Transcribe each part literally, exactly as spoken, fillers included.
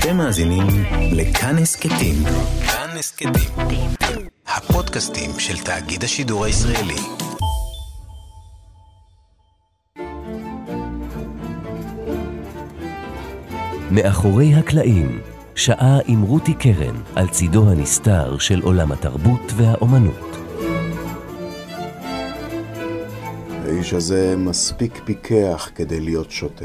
אתם מאזינים לכאן הסכתים. כאן הסכתים. הפודקאסטים של תאגיד השידור הישראלי. מאחורי הקלעים, שעה עם רותי קרן על צידו הנסתר של עולם התרבות והאומנות. האיש הזה מספיק פיקח כדי להיות שוטה.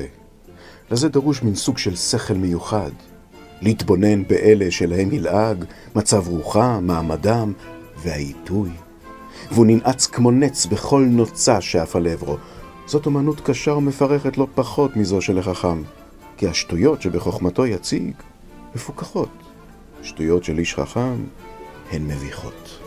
לזה דרוש מן סוג של שכל מיוחד. להתבונן באלה שלהם ילעג, מצב רוחה, מעמדם והעיתוי. והוא ננעץ כמו נץ בכל נוצה שאף על עברו. זאת אומנות קשה ומפרכת לא פחות מזו של החכם. כי השטויות שבחוכמתו יציג מפוקחות. שטויות של איש חכם הן מביכות.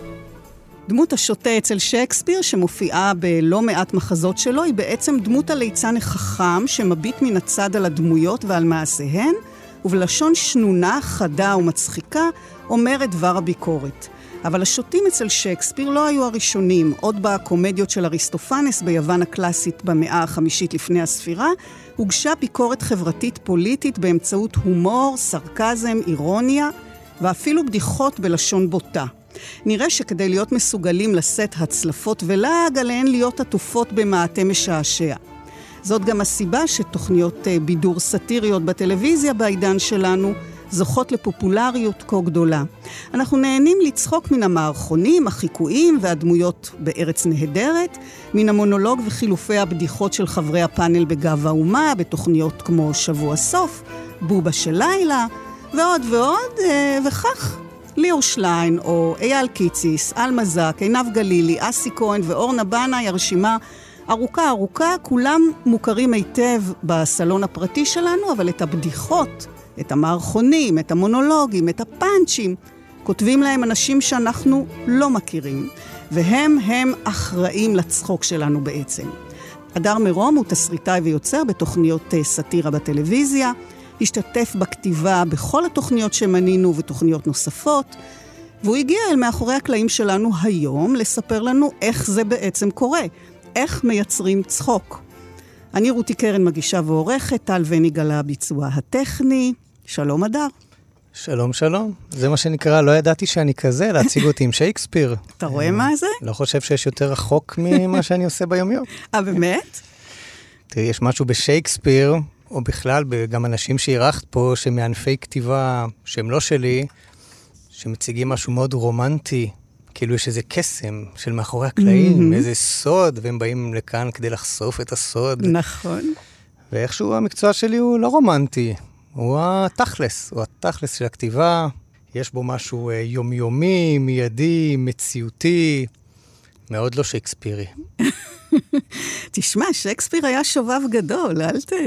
דמות השוטה אצל שייקספיר שמופיעה בלא מעט מחזות שלו היא בעצם דמות הליצן החכם שמביט מן הצד על הדמויות ועל מעשיהן, ובלשון שנונה, חדה ומצחיקה אומר את דבר הביקורת. אבל השוטים אצל שייקספיר לא היו הראשונים. עוד בקומדיות של אריסטופנס ביוון הקלאסית במאה החמישית לפני הספירה, הוגשה ביקורת חברתית פוליטית באמצעות הומור, סרקזם, אירוניה ואפילו בדיחות בלשון בוטה. נראה שכדי להיות מסוגלים לשאת הצלפות ולעג עליהן להיות עטופות במעטה משעשע. זאת גם הסיבה שתוכניות בידור סאטיריות בטלוויזיה בעידן שלנו זוכות לפופולריות כה גדולה. אנחנו נהנים לצחוק מן המערכונים, החיקויים והדמויות בארץ נהדרת, מן המונולוג וחילופי הבדיחות של חברי הפאנל בגב האומה, בתוכניות כמו שבוע סוף, בובה של לילה, ועוד ועוד, וכך. ליאור שליין או אייל קיציס, אל מזק, עינב גלילי, אסי כהן ואורנה בנאי, הרשימה ארוכה ארוכה, כולם מוכרים היטב בסלון הפרטי שלנו, אבל את הבדיחות, את המערכונים, את המונולוגים, את הפאנצ'ים, כותבים להם אנשים שאנחנו לא מכירים, והם הם אחראים לצחוק שלנו בעצם. אדר מרום הוא תסריטאי ויוצר בתוכניות סאטירה בטלוויזיה, השתתף בכתיבה בכל התוכניות שמנינו ותוכניות נוספות, והוא הגיע אל מאחורי הקלעים שלנו היום לספר לנו איך זה בעצם קורה, איך מייצרים צחוק. אני רותי קרן מגישה ועורכת, טל וניגלה הביצוע הטכני. שלום אדר. שלום שלום, זה מה שנקרא, לא ידעתי שאני כזה, להציג אותי עם שייקספיר. אתה רואה מה זה? לא חושב שיש יותר רחוק ממה שאני עושה ביום יום. אה, באמת? תראי, יש משהו בשייקספיר, או בכלל, גם אנשים שעירכת פה, שמענפי כתיבה שהם לא שלי, שמציגים משהו מאוד רומנטי, כאילו יש איזה קסם של מאחורי הקלעים, איזה סוד, והם באים לכאן כדי לחשוף את הסוד. נכון. ואיכשהו המקצוע שלי הוא לא רומנטי, הוא התכלס, הוא התכלס של הכתיבה, יש בו משהו יומיומי, מיידי, מציאותי, מאוד לא שייקספירי. תשמע, שייקספיר היה שובב גדול, אל ת...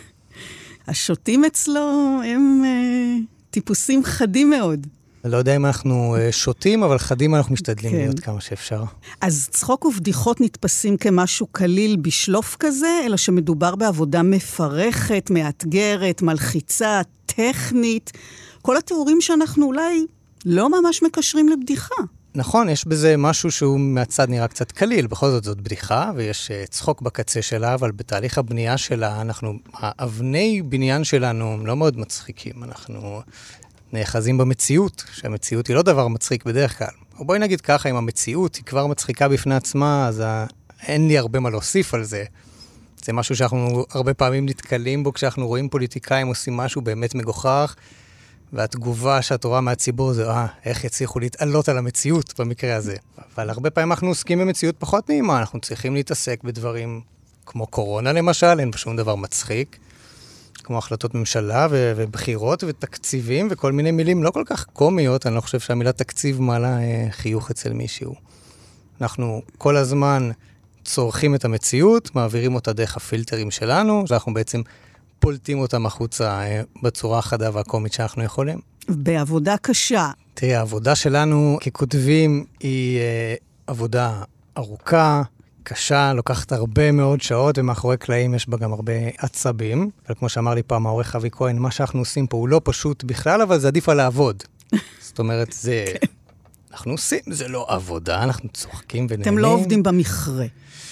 השוטים אצלו הם טיפוסים חדים מאוד. לא יודע אם אנחנו שוטים, אבל חדים אנחנו משתדלים להיות כמה שאפשר. אז צחוק ובדיחות נתפסים כמשהו קליל בשלוף כזה, אלא שמדובר בעבודה מפרכת, מאתגרת, מלחיצה, טכנית. כל התיאורים שאנחנו אולי לא ממש מקשרים לבדיחה. נכון, יש בזה משהו שהוא מהצד נראה קצת קליל, בכל זאת זאת בדיחה, ויש צחוק בקצה שלה, אבל בתהליך הבנייה שלה, אנחנו, האבני בניין שלנו הם לא מאוד מצחיקים, אנחנו נאחזים במציאות, שהמציאות היא לא דבר מצחיק בדרך כלל. או בואי נגיד ככה, אם המציאות היא כבר מצחיקה בפני עצמה, אז אין לי הרבה מה להוסיף על זה. זה משהו שאנחנו הרבה פעמים נתקלים בו, כשאנחנו רואים פוליטיקאים עושים משהו באמת מגוחך, והתגובה שאת רואה מהציבור זה, אה, איך יצליחו להתעלות על המציאות במקרה הזה. אבל הרבה פעמים אנחנו עוסקים במציאות פחות נעימה, אנחנו צריכים להתעסק בדברים כמו קורונה למשל, אין בשום דבר מצחיק, כמו החלטות ממשלה ו- ובחירות ותקציבים וכל מיני מילים לא כל כך קומיות, אני לא חושב שהמילה תקציב מעלה אה, חיוך אצל מישהו. אנחנו כל הזמן צורכים את המציאות, מעבירים אותה דרך הפילטרים שלנו, ואנחנו בעצם פולטים אותם החוצה בצורה החדה והקומית שאנחנו יכולים. בעבודה קשה. תראי, העבודה שלנו ככותבים היא אה, עבודה ארוכה, קשה, לוקחת הרבה מאוד שעות, ומאחורי קלעים יש בה גם הרבה עצבים. אבל כמו שאמר לי פעם העורך אבי כהן, מה שאנחנו עושים פה הוא לא פשוט בכלל, אבל זה עדיף על לעבוד. זאת אומרת, זה... אנחנו עושים, זה לא עבודה, אנחנו צוחקים ונהנים. אתם לא עובדים במכרה.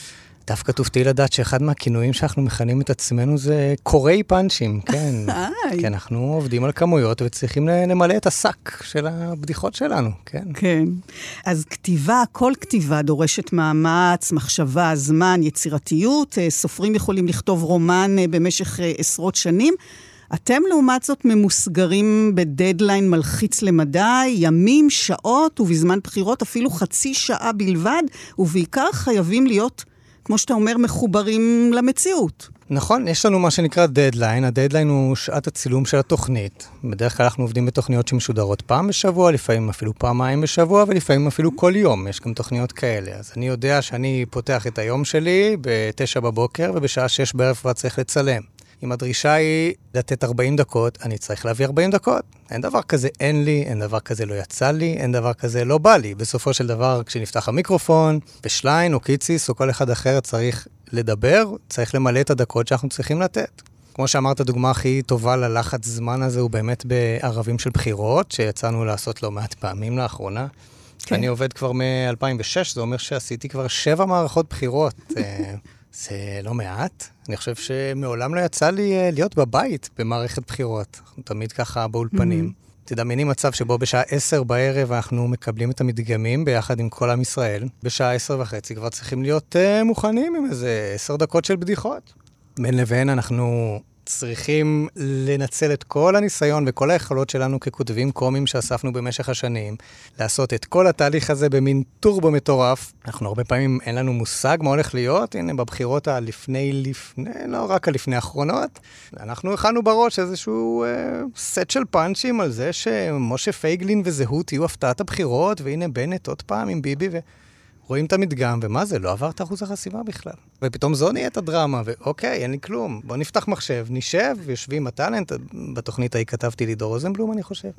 דווקא תופתעי לדעת שאחד מהכינויים שאנחנו מכנים את עצמנו זה קוראי פאנצ'ים, כן. כי אנחנו עובדים על כמויות וצריכים למלא את השק של הבדיחות שלנו, כן. כן. אז כתיבה, כל כתיבה דורשת מאמץ, מחשבה, זמן, יצירתיות. סופרים יכולים לכתוב רומן במשך עשרות שנים. אתם לעומת זאת ממוסגרים בדדליין מלחיץ למדי, ימים, שעות, ובזמן בחירות אפילו חצי שעה בלבד, ובעיקר חייבים להיות, כמו שאתה אומר, מחוברים למציאות. נכון, יש לנו מה שנקרא דדליין. הדדליין הוא שעת הצילום של התוכנית. בדרך כלל אנחנו עובדים בתוכניות שמשודרות פעם בשבוע, לפעמים אפילו פעמיים בשבוע, ולפעמים אפילו כל יום. יש גם תוכניות כאלה. אז אני יודע שאני פותח את היום שלי בתשע בבוקר, ובשעה שש בערב כבר צריך לצלם. אם הדרישה היא לתת ארבעים דקות, אני צריך להביא ארבעים דקות. אין דבר כזה אין לי, אין דבר כזה לא יצא לי, אין דבר כזה לא בא לי. בסופו של דבר, כשנפתח המיקרופון, בשליין או קיציס או כל אחד אחר צריך לדבר, צריך למלא את הדקות שאנחנו צריכים לתת. כמו שאמרת, הדוגמה הכי טובה ללחץ זמן הזה הוא באמת בערבים של בחירות, שיצאנו לעשות לא מעט פעמים לאחרונה. כן. אני עובד כבר מ-אלפיים ושש, זה אומר שעשיתי כבר שבע מערכות בחירות. זה לא מעט. אני חושב שמעולם לא יצא לי להיות בבית במערכת בחירות. אנחנו תמיד ככה באולפנים. תדמייני מצב שבו בשעה עשר בערב אנחנו מקבלים את המדגמים ביחד עם כל עם ישראל. בשעה עשר וחצי כבר צריכים להיות uh, מוכנים עם איזה עשר דקות של בדיחות. בין לבין אנחנו צריכים לנצל את כל הניסיון וכל היכולות שלנו ככותבים קומיים שאספנו במשך השנים, לעשות את כל התהליך הזה במין טורבו מטורף. אנחנו הרבה פעמים אין לנו מושג מה הולך להיות, הנה בבחירות הלפני, לפני, לא רק הלפני האחרונות, אנחנו הכנו בראש איזשהו אה, סט של פאנצ'ים על זה שמשה פייגלין וזהות יהיו הפתעת הבחירות, והנה בנט עוד פעם עם ביבי ו... רואים את המדגם, ומה זה? לא עבר את אחוז החסימה בכלל. ופתאום זו נהיית הדרמה, ואוקיי, אין לי כלום. בוא נפתח מחשב, נשב, יושבים הטלנט, בתוכנית ההיא כתבתי לי דור רוזנבלום, אני חושב.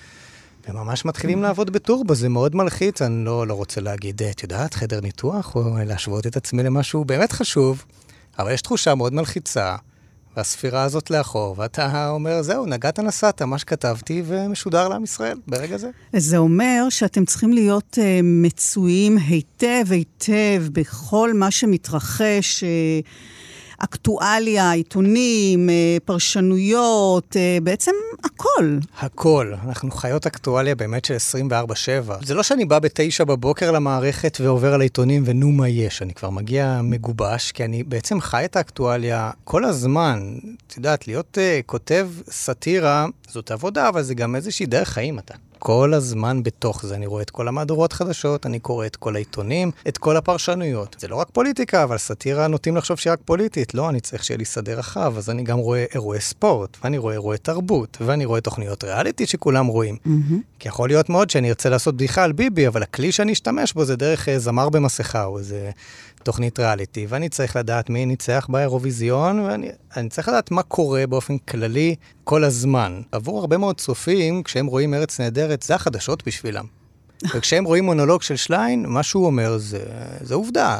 וממש מתחילים לעבוד בטורבו, זה מאוד מלחיץ, אני לא, לא רוצה להגיד, את יודעת, חדר ניתוח, או להשוות את עצמי למשהו באמת חשוב, אבל יש תחושה מאוד מלחיצה, והספירה הזאת לאחור, ואתה אומר, זהו, נגעת נסעת, מה שכתבתי, ומשודר לעם ישראל ברגע זה. זה אומר שאתם צריכים להיות uh, מצויים היטב היטב בכל מה שמתרחש, uh, אקטואליה, עיתונים, פרשנויות, בעצם הכל. הכל. אנחנו חיות אקטואליה באמת של עשרים וארבע שבע. זה לא שאני בא בתשע בבוקר למערכת ועובר על העיתונים ונו מה יש. אני כבר מגיע מגובש, כי אני בעצם חי את האקטואליה כל הזמן. את יודעת, להיות uh, כותב סאטירה, זאת עבודה, אבל זה גם איזושהי דרך חיים אתה. כל הזמן בתוך זה. אני רואה את כל המהדורות חדשות, אני קורא את כל העיתונים, את כל הפרשנויות. זה לא רק פוליטיקה, אבל סאטירה נוטים לחשוב שהיא רק פוליטית. לא, אני צריך שיהיה לי שדה רחב, אז אני גם רואה אירועי ספורט, ואני רואה אירועי תרבות, ואני רואה תוכניות ריאליטי שכולם רואים. Mm-hmm. כי יכול להיות מאוד שאני ארצה לעשות בדיחה על ביבי, אבל הכלי שאני אשתמש בו זה דרך זמר במסכה, או איזה תוכנית ריאליטי, ואני צריך לדעת מי ניצח באירוויזיון, ואני אני צריך לדעת מה קורה באופן כללי כל הזמן. עבור הרבה מאוד צופים, כשהם רואים ארץ נהדרת, זה החדשות בשבילם. וכשהם רואים מונולוג של שליין, מה שהוא אומר זה, זה עובדה.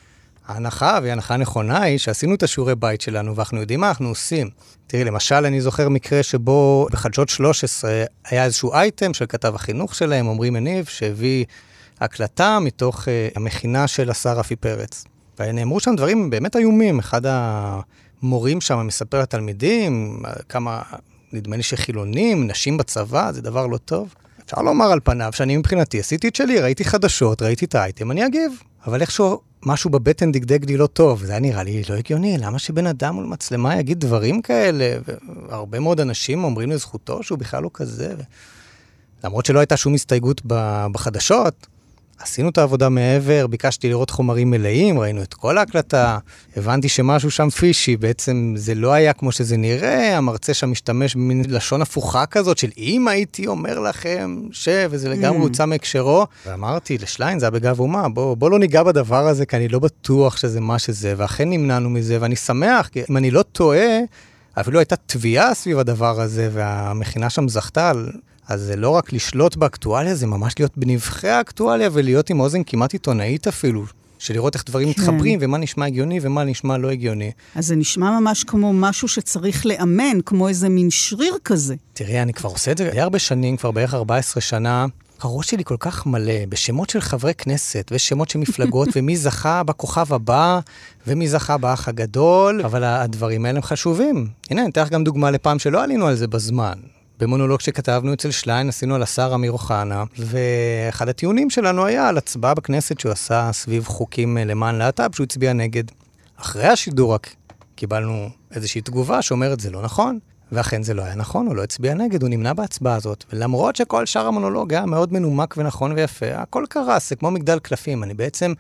ההנחה, והיא הנחה נכונה, היא שעשינו את השיעורי בית שלנו, ואנחנו יודעים מה אנחנו עושים. תראי, למשל, אני זוכר מקרה שבו בחדשות שלוש עשרה היה איזשהו אייטם של כתב החינוך שלהם, עמרי מניב, שהביא הקלטה מתוך uh, המכינה של השר רפי פרץ. ונאמרו שם דברים באמת איומים. אחד המורים שם מספר לתלמידים, כמה נדמה לי שחילונים, נשים בצבא, זה דבר לא טוב. אפשר לומר על פניו שאני מבחינתי עשיתי את שלי, ראיתי חדשות, ראיתי את האייטם, אני אגיב. אבל איכשהו משהו בבטן דגדג לי לא טוב, זה היה נראה לי לא הגיוני, למה שבן אדם מול מצלמה יגיד דברים כאלה? והרבה מאוד אנשים אומרים לזכותו שהוא בכלל לא כזה. ו... למרות שלא הייתה שום הסתייגות בחדשות, עשינו את העבודה מעבר, ביקשתי לראות חומרים מלאים, ראינו את כל ההקלטה, הבנתי שמשהו שם פישי, בעצם זה לא היה כמו שזה נראה, המרצה שם משתמש במין לשון הפוכה כזאת, של אם הייתי אומר לכם ש... וזה לגמרי הוצא מהקשרו, ואמרתי לשליין, זה היה בגב אומה, בוא, בוא לא ניגע בדבר הזה, כי אני לא בטוח שזה מה שזה, ואכן נמנענו מזה, ואני שמח, כי אם אני לא טועה, אפילו הייתה תביעה סביב הדבר הזה, והמכינה שם זכתה על... אז זה לא רק לשלוט באקטואליה, זה ממש להיות בנבחי האקטואליה, ולהיות עם אוזן כמעט עיתונאית אפילו, של לראות איך דברים כן. מתחברים, ומה נשמע הגיוני, ומה נשמע לא הגיוני. אז זה נשמע ממש כמו משהו שצריך לאמן, כמו איזה מין שריר כזה. תראי, אני כבר עושה את זה די הרבה שנים, כבר בערך ארבע עשרה שנה, הראש שלי כל כך מלא בשמות של חברי כנסת, ושמות של מפלגות, ומי זכה בכוכב הבא, ומי זכה באח הגדול, אבל הדברים האלה הם חשובים. הנה, אני אתן לך גם דוגמה לפעם שלא עלינו על זה בזמן. במונולוג שכתבנו אצל שליין, עשינו על השר אמיר אוחנה, ואחד הטיעונים שלנו היה על הצבעה בכנסת שהוא עשה סביב חוקים למען להט"ב, שהוא הצביע נגד. אחרי השידור רק קיבלנו איזושהי תגובה שאומרת זה לא נכון, ואכן זה לא היה נכון, הוא לא הצביע נגד, הוא נמנע בהצבעה הזאת, ולמרות שכל שאר המונולוג היה מאוד מנומק ונכון ויפה, הכל קרס, זה כמו מגדל קלפים, אני בעצם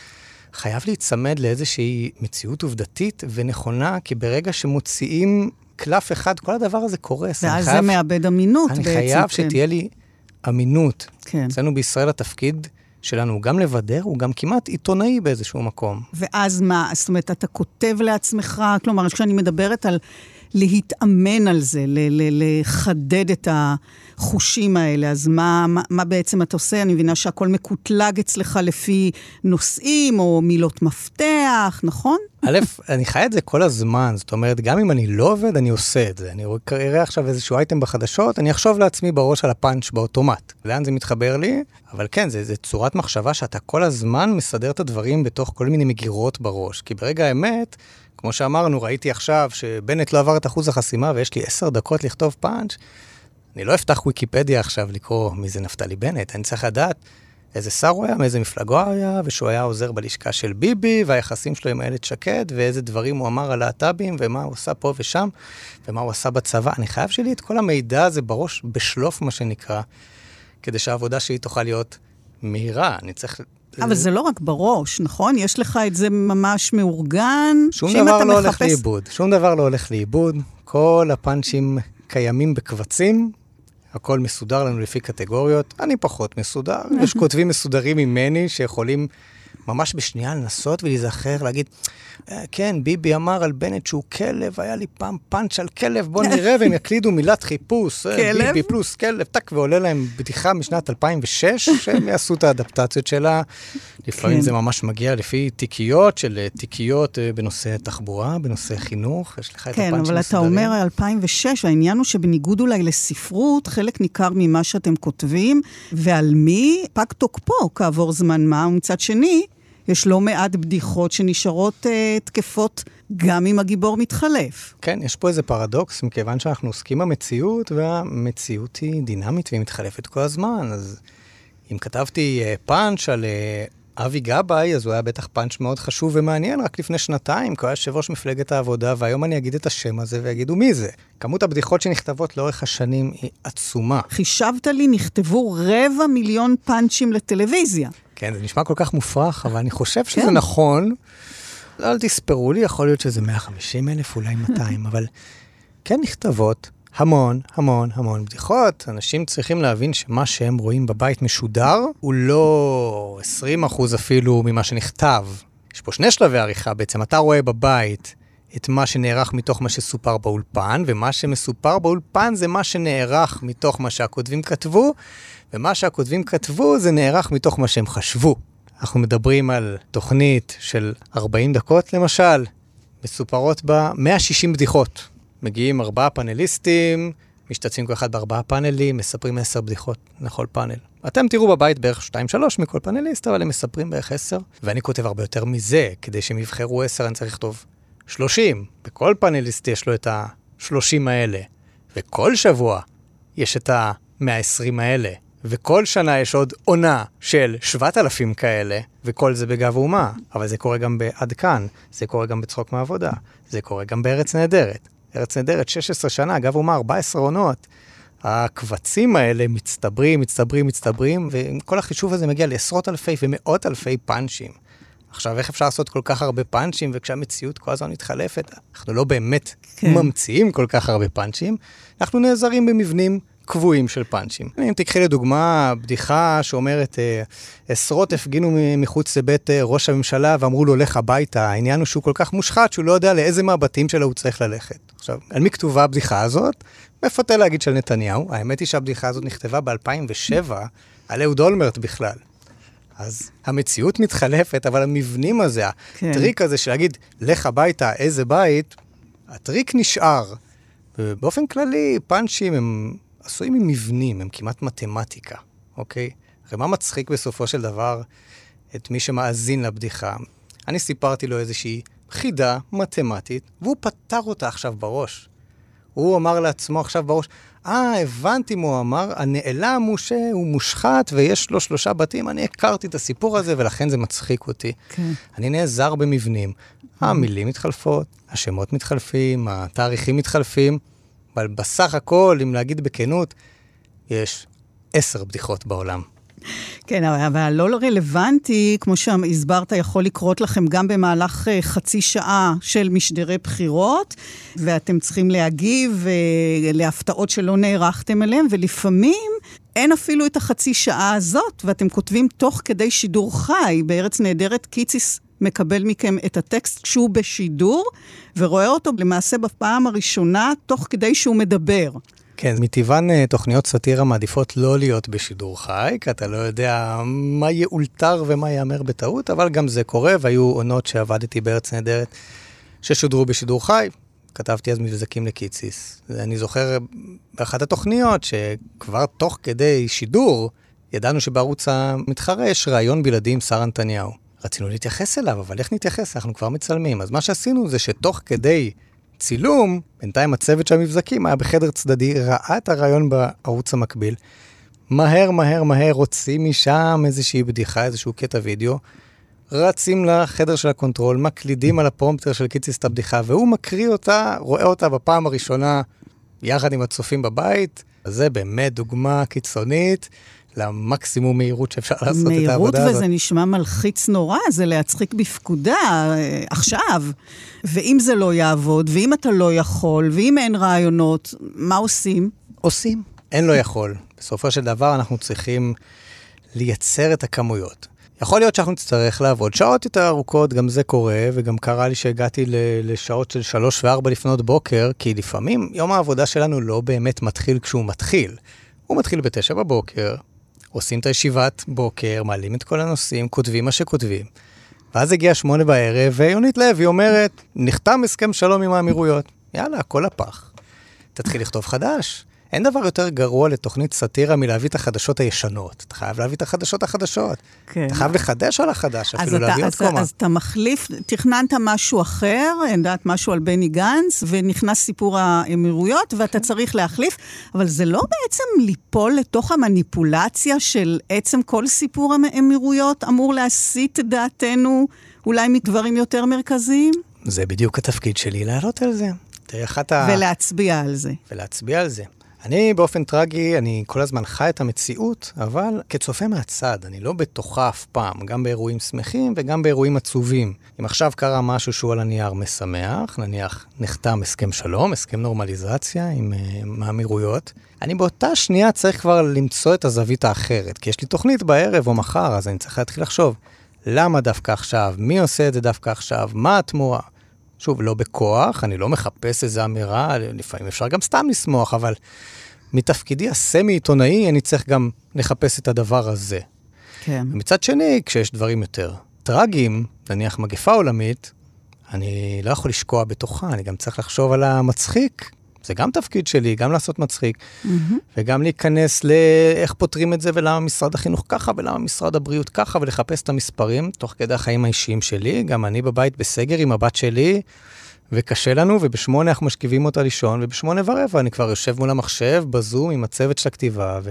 חייב להצמד לאיזושהי מציאות עובדתית ונכונה, כי ברגע שמוציאים קלף אחד, כל הדבר הזה קורס. ואז זה מאבד אמינות בעצם. אני חייב שתהיה לי אמינות. כן. אצלנו בישראל התפקיד שלנו הוא גם לבדר, הוא גם כמעט עיתונאי באיזשהו מקום. ואז מה? זאת אומרת, אתה כותב לעצמך, כלומר, כשאני מדברת על להתאמן על זה, ל- ל- לחדד את החושים האלה, אז מה, מה, מה בעצם אתה עושה? אני מבינה שהכל מקוטלג אצלך לפי נושאים או מילות מפתח, נכון? א', אני חי את זה כל הזמן, זאת אומרת, גם אם אני לא עובד, אני עושה את זה. אני אראה עכשיו איזשהו אייטם בחדשות, אני אחשוב לעצמי בראש על הפאנץ' באוטומט. לאן זה מתחבר לי? אבל כן, זה, זה צורת מחשבה שאתה כל הזמן מסדר את הדברים בתוך כל מיני מגירות בראש. כי ברגע האמת, כמו שאמרנו, ראיתי עכשיו שבנט לא עבר את אחוז החסימה, ויש לי עשר דקות לכתוב פאנץ'. אני לא אפתח וויקיפדיה עכשיו לקרוא מי זה נפתלי בנט. אני צריך לדעת איזה שר הוא היה, מאיזה מפלגו היה, ושהוא היה עוזר בלשכה של ביבי, והיחסים שלו עם איילת שקד, ואיזה דברים הוא אמר על להט"בים, ומה הוא עשה פה ושם, ומה הוא עשה בצבא. אני חייב שלי את כל המידע הזה בראש, בשלוף מה שנקרא, כדי שהעבודה שלי תוכל להיות מהירה. אני צריך... אבל זה לא רק בראש, נכון? יש לך את זה ממש מאורגן. שום דבר לא הולך לאיבוד. שום דבר לא הולך לאיבוד. כל הפאנצ'ים קיימים בקבצים, הכל מסודר לנו לפי קטגוריות. אני פחות מסודר. יש כותבים מסודרים ממני שיכולים ממש בשנייה לנסות ולהיזכר, להגיד, כן, ביבי אמר על בנט שהוא כלב, היה לי פעם פאנץ' על כלב, בוא נראה, והם יקלידו מילת חיפוש, ביבי פלוס כלב, טק, ועולה להם בדיחה משנת אלפיים ושש, שהם יעשו את האדפטציות שלה. לפעמים זה ממש מגיע לפי תיקיות של תיקיות בנושא תחבורה, בנושא חינוך, יש לך את הפאנצ'ים מסודרים. כן, אבל אתה אומר אלפיים ושש, העניין הוא שבניגוד אולי לספרות, חלק ניכר ממה שאתם כותבים, ועל מי פג תוקפו כעבור זמן מה, ומצד שני, יש לא מעט בדיחות שנשארות uh, תקפות גם אם הגיבור מתחלף. כן, יש פה איזה פרדוקס, מכיוון שאנחנו עוסקים במציאות, והמציאות היא דינמית והיא מתחלפת כל הזמן. אז אם כתבתי uh, פאנץ' על uh, אבי גבאי, אז הוא היה בטח פאנץ' מאוד חשוב ומעניין, רק לפני שנתיים, כי הוא היה יושב ראש מפלגת העבודה, והיום אני אגיד את השם הזה ויגידו מי זה. כמות הבדיחות שנכתבות לאורך השנים היא עצומה. חישבת לי, נכתבו רבע מיליון פאנצ'ים לטלוויזיה. כן, זה נשמע כל כך מופרך, אבל אני חושב שזה כן. נכון. אל תספרו לי, יכול להיות שזה מאה וחמישים אלף, אולי מאתיים, אבל כן נכתבות המון, המון, המון בדיחות. אנשים צריכים להבין שמה שהם רואים בבית משודר, הוא לא עשרים אחוז אפילו ממה שנכתב. יש פה שני שלבי עריכה בעצם. אתה רואה בבית את מה שנערך מתוך מה שסופר באולפן, ומה שמסופר באולפן זה מה שנערך מתוך מה שהכותבים כתבו, ומה שהכותבים כתבו זה נערך מתוך מה שהם חשבו. אנחנו מדברים על תוכנית של ארבעים דקות למשל, מסופרות בה מאה ושישים בדיחות. מגיעים ארבעה פאנליסטים, משתתפים כל אחד בארבעה פאנלים, מספרים עשר בדיחות לכל פאנל. אתם תראו בבית בערך שתיים שלוש מכל פאנליסט, אבל הם מספרים בערך עשר, ואני כותב הרבה יותר מזה, כדי שהם יבחרו עשר אני צריך לכתוב שלושים. בכל פאנליסט יש לו את ה-שלושים האלה, וכל שבוע יש את ה-מאה ועשרים האלה. וכל שנה יש עוד עונה של שבעת אלפים כאלה, וכל זה בגב אומה. אבל זה קורה גם בעד כאן, זה קורה גם בצחוק מהעבודה, זה קורה גם בארץ נהדרת. ארץ נהדרת שש עשרה שנה, גב אומה ארבע עשרה עונות. הקבצים האלה מצטברים, מצטברים, מצטברים, וכל החישוב הזה מגיע לעשרות אלפי ומאות אלפי פאנצ'ים. עכשיו, איך אפשר לעשות כל כך הרבה פאנצ'ים, וכשהמציאות כל הזמן מתחלפת, אנחנו לא באמת כן. ממציאים כל כך הרבה פאנצ'ים, אנחנו נעזרים במבנים קבועים של פאנצ'ים. אם תקחי לדוגמה בדיחה שאומרת, עשרות הפגינו מחוץ לבית ראש הממשלה ואמרו לו, לך הביתה. העניין הוא שהוא כל כך מושחת שהוא לא יודע לאיזה מהבתים שלו הוא צריך ללכת. עכשיו, על מי כתובה הבדיחה הזאת? מפתה להגיד של נתניהו. האמת היא שהבדיחה הזאת נכתבה ב-אלפיים ושבע על אהוד אולמרט בכלל. אז המציאות מתחלפת, אבל המבנים הזה, כן. הטריק הזה של להגיד, לך הביתה, איזה בית, הטריק נשאר. ובאופן כללי, פאנצ'ים הם עשויים עם מבנים, הם כמעט מתמטיקה, אוקיי? הרי מה מצחיק בסופו של דבר את מי שמאזין לבדיחה? אני סיפרתי לו איזושהי חידה מתמטית, והוא פתר אותה עכשיו בראש. הוא אמר לעצמו עכשיו בראש, אה, הבנתי מה הוא אמר, הנעלם הוא שהוא מושחת ויש לו שלושה בתים, אני הכרתי את הסיפור הזה ולכן זה מצחיק אותי. כן. אני נעזר במבנים. המילים מתחלפות, השמות מתחלפים, התאריכים מתחלפים, אבל בסך הכל, אם להגיד בכנות, יש עשר בדיחות בעולם. כן, אבל הלא רלוונטי, כמו שהסברת, יכול לקרות לכם גם במהלך חצי שעה של משדרי בחירות, ואתם צריכים להגיב להפתעות שלא נערכתם אליהם, ולפעמים אין אפילו את החצי שעה הזאת, ואתם כותבים תוך כדי שידור חי. בארץ נהדרת קיציס מקבל מכם את הטקסט כשהוא בשידור, ורואה אותו למעשה בפעם הראשונה תוך כדי שהוא מדבר. כן, מטבען תוכניות סאטירה מעדיפות לא להיות בשידור חי, כי אתה לא יודע מה יאולתר ומה יאמר בטעות, אבל גם זה קורה, והיו עונות שעבדתי בארץ נהדרת ששודרו בשידור חי. כתבתי אז מבזקים לקיציס. אני זוכר באחת התוכניות שכבר תוך כדי שידור, ידענו שבערוץ המתחרה יש רעיון בלעדי עם שרה נתניהו. רצינו להתייחס אליו, אבל איך נתייחס? אנחנו כבר מצלמים. אז מה שעשינו זה שתוך כדי צילום, בינתיים הצוות של המבזקים היה בחדר צדדי, ראה את הרעיון בערוץ המקביל, מהר, מהר, מהר, רוצים משם איזושהי בדיחה, איזשהו קטע וידאו, רצים לחדר של הקונטרול, מקלידים על הפרומפטר של קיציס את הבדיחה, והוא מקריא אותה, רואה אותה בפעם הראשונה, יחד עם הצופים בבית. אז זה באמת דוגמה קיצונית, למקסימום מהירות שאפשר לעשות את העבודה הזאת. מהירות, וזה נשמע מלחיץ נורא, זה להצחיק בפקודה, עכשיו. ואם זה לא יעבוד, ואם אתה לא יכול, ואם אין רעיונות, מה עושים? עושים. אין לא יכול. בסופו של דבר אנחנו צריכים לייצר את הכמויות. יכול להיות שאנחנו נצטרך לעבוד שעות יותר ארוכות, גם זה קורה, וגם קרה לי שהגעתי לשעות של שלוש וארבע לפנות בוקר, כי לפעמים יום העבודה שלנו לא באמת מתחיל כשהוא מתחיל. הוא מתחיל בתשע בבוקר, עושים את הישיבת בוקר, מעלים את כל הנושאים, כותבים מה שכותבים. ואז הגיע שמונה בערב, ויונית לוי אומרת, נחתם הסכם שלום עם האמירויות. יאללה, הכל הפח. תתחיל לכתוב חדש. אין דבר יותר גרוע לתוכנית סאטירה מלהביא את החדשות הישנות. אתה חייב להביא את החדשות החדשות. כן. אתה חייב לחדש על החדש, אפילו להביא עוד קומה. אז אתה מחליף, תכננת משהו אחר, יודעת משהו על בני גנץ, ונכנס סיפור האמירויות, ואתה צריך להחליף, אבל זה לא בעצם ליפול לתוך המניפולציה של עצם כל סיפור האמירויות, אמור להסיט דעתנו אולי מדברים יותר מרכזיים? זה בדיוק התפקיד שלי, לעלות על זה. ולהצביע על זה. ולהצביע על זה. אני באופן טרגי, אני כל הזמן חי את המציאות, אבל כצופה מהצד, אני לא בתוכה אף פעם, גם באירועים שמחים וגם באירועים עצובים. אם עכשיו קרה משהו שהוא על הנייר משמח, נניח נחתם הסכם שלום, הסכם נורמליזציה עם האמירויות, אני באותה שנייה צריך כבר למצוא את הזווית האחרת, כי יש לי תוכנית בערב או מחר, אז אני צריך להתחיל לחשוב, למה דווקא עכשיו? מי עושה את זה דווקא עכשיו? מה התמורה? שוב, לא בכוח, אני לא מחפש איזו אמירה, לפעמים אפשר גם סתם לשמוח, אבל מתפקידי הסמי-עיתונאי, אני צריך גם לחפש את הדבר הזה. כן. ומצד שני, כשיש דברים יותר טרגיים, נניח מגפה עולמית, אני לא יכול לשקוע בתוכה, אני גם צריך לחשוב על המצחיק, זה גם תפקיד שלי, גם לעשות מצחיק, mm-hmm. וגם להיכנס לאיך פותרים את זה, ולמה משרד החינוך ככה, ולמה משרד הבריאות ככה, ולחפש את המספרים, תוך כדי החיים האישיים שלי, גם אני בבית בסגר עם הבת שלי, וקשה לנו, ובשמונה אנחנו משכיבים אותה לישון, ובשמונה ורבע אני כבר יושב מול המחשב, בזום, עם הצוות של הכתיבה,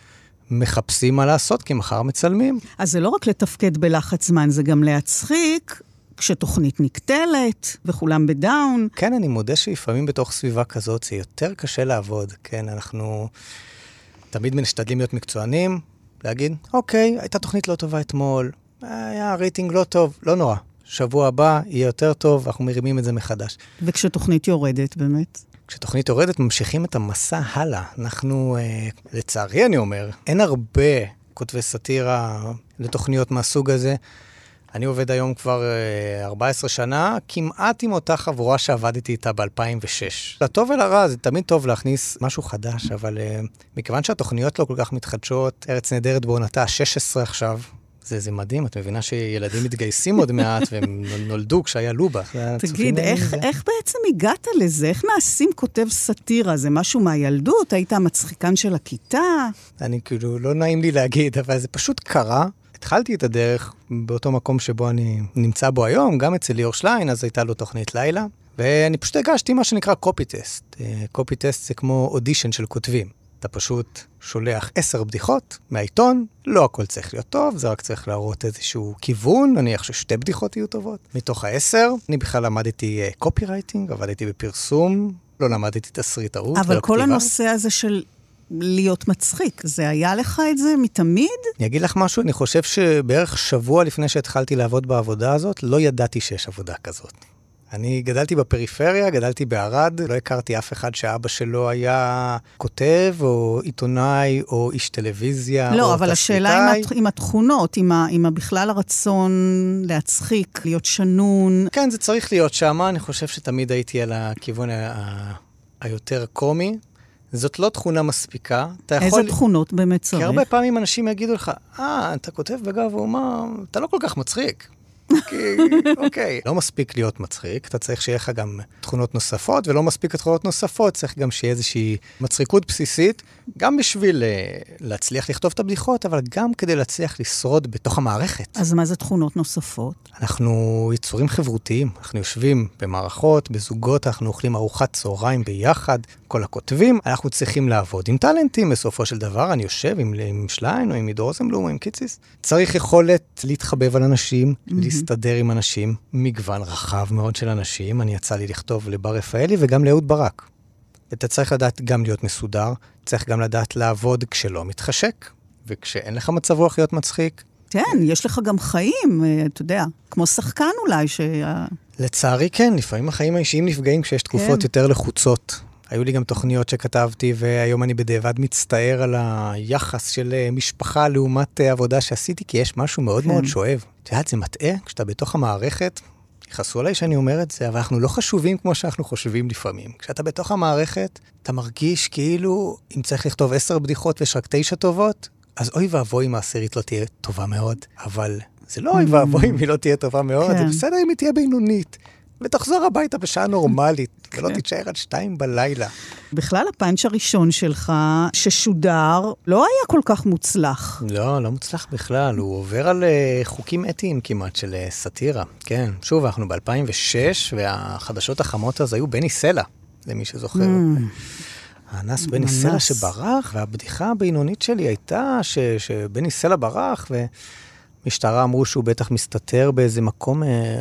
ומחפשים מה לעשות, כי מחר מצלמים. אז זה לא רק לתפקד בלחץ זמן, זה גם להצחיק, כשתוכנית נקטלת, וכולם בדאון. כן, אני מודה שלפעמים בתוך סביבה כזאת, זה יותר קשה לעבוד. כן, אנחנו תמיד משתדלים להיות מקצוענים, להגיד, אוקיי, הייתה תוכנית לא טובה אתמול, היה רייטינג לא טוב, לא נורא. שבוע הבא יהיה יותר טוב, אנחנו מרימים את זה מחדש. וכשתוכנית יורדת, באמת? כשתוכנית יורדת, ממשיכים את המסע הלאה. אנחנו, אה, לצערי אני אומר, אין הרבה כותבי סאטירה לתוכניות מהסוג הזה, אני עובד היום כבר ארבע עשרה שנה, כמעט עם אותה חבורה שעבדתי איתה ב-אלפיים ושש. לטוב ולרע, זה תמיד טוב להכניס משהו חדש, אבל uh, מכיוון שהתוכניות לא כל כך מתחדשות, ארץ נהדרת בעונתה ה-שש עשרה עכשיו, זה, זה מדהים, את מבינה שילדים מתגייסים עוד מעט, והם נולדו כשהיה לובה. תגיד, איך, איך בעצם הגעת לזה? איך נעשים כותב סאטירה? זה משהו מהילדות? היית המצחיקן של הכיתה? אני כאילו, לא נעים לי להגיד, אבל זה פשוט קרה. התחלתי את הדרך באותו מקום שבו אני נמצא בו היום, גם אצל ליאור שליין, אז הייתה לו תוכנית לילה, ואני פשוט הגשתי מה שנקרא קופי טסט. קופי טסט זה כמו אודישן של כותבים. אתה פשוט שולח עשר בדיחות מהעיתון, לא הכל צריך להיות טוב, זה רק צריך להראות איזשהו כיוון, נניח ששתי בדיחות יהיו טובות. מתוך העשר, אני בכלל למדתי קופי רייטינג, עבדתי בפרסום, לא למדתי תסריטאות. אבל כל הנושא הזה של להיות מצחיק, זה היה לך את זה מתמיד? אני אגיד לך משהו, אני חושב שבערך שבוע לפני שהתחלתי לעבוד בעבודה הזאת, לא ידעתי שיש עבודה כזאת. אני גדלתי בפריפריה, גדלתי בערד, לא הכרתי אף אחד שאבא שלו היה כותב, או עיתונאי, או איש טלוויזיה, לא, או אבל השאלה עם, עם התכונות, עם, ה, עם בכלל הרצון להצחיק, להיות שנון. כן, זה צריך להיות שמה, אני חושב שתמיד הייתי על הכיוון ה- היותר קומי. זאת לא תכונה מספיקה. איזה יכול... תכונות באמת צריך? כי הרבה פעמים אנשים יגידו לך, אה, אתה כותב בגב ואומה, אתה לא כל כך מצחיק. אוקיי. לא מספיק להיות מצחיק, אתה צריך שיהיה לך גם תכונות נוספות, ולא מספיק תכונות נוספות, צריך גם שיהיה איזושהי מצחיקות בסיסית, גם בשביל להצליח לכתוב את הבדיחות, אבל גם כדי להצליח לשרוד בתוך המערכת. אז מה זה תכונות נוספות? אנחנו יצורים חברותיים, אנחנו יושבים במערכות, בזוגות, אנחנו אוכלים ארוחת צהריים ביחד, כל הכותבים, אנחנו צריכים לעבוד עם טלנטים, בסופו של דבר אני יושב עם, עם שליין, או עם עידו רוזנבלום, או עם קיציס. צריך יכולת להתחבב על אנשים, mm-hmm. להסתדר עם אנשים, מגוון רחב מאוד של אנשים, אני יצא לי לכתוב לבר רפאלי וגם לאהוד ברק. אתה צריך לדעת גם להיות מסודר, צריך גם לדעת לעבוד כשלא מתחשק, וכשאין לך מצב רוח להיות מצחיק. כן, יש לך גם חיים, אתה יודע, כמו שחקן אולי ש... לצערי כן, לפעמים החיים האישיים נפגעים כשיש תקופות כן. יותר לחוצות. היו לי גם תוכניות שכתבתי, והיום אני בדיעבד מצטער על היחס של משפחה לעומת עבודה שעשיתי, כי יש משהו מאוד כן. מאוד שואב. אתה יודעת, זה מטעה, כשאתה בתוך המערכת, יחסו עליי שאני אומר את זה, אבל אנחנו לא חשובים כמו שאנחנו חושבים לפעמים. כשאתה בתוך המערכת, אתה מרגיש כאילו, אם צריך לכתוב עשר בדיחות ויש רק תשע טובות, אז אוי ואבוי אם העשירית לא תהיה טובה מאוד, אבל זה לא אוי ואבוי אם היא לא תהיה טובה מאוד, כן. זה בסדר אם היא תהיה בינונית. ותחזור הביתה בשעה נורמלית, ולא תישאר עד שתיים בלילה. בכלל, הפאנץ' הראשון שלך, ששודר, לא היה כל כך מוצלח. לא, לא מוצלח בכלל. הוא עובר על חוקים אתיים כמעט של סאטירה. כן, שוב, אנחנו ב-אלפיים ושש, והחדשות החמות אז היו בני סלע, למי שזוכר. האנס בני סלע שברח, והבדיחה הבינונית שלי הייתה ש, שבני סלע ברח, ומשטרה אמרו שהוא בטח מסתתר באיזה מקום...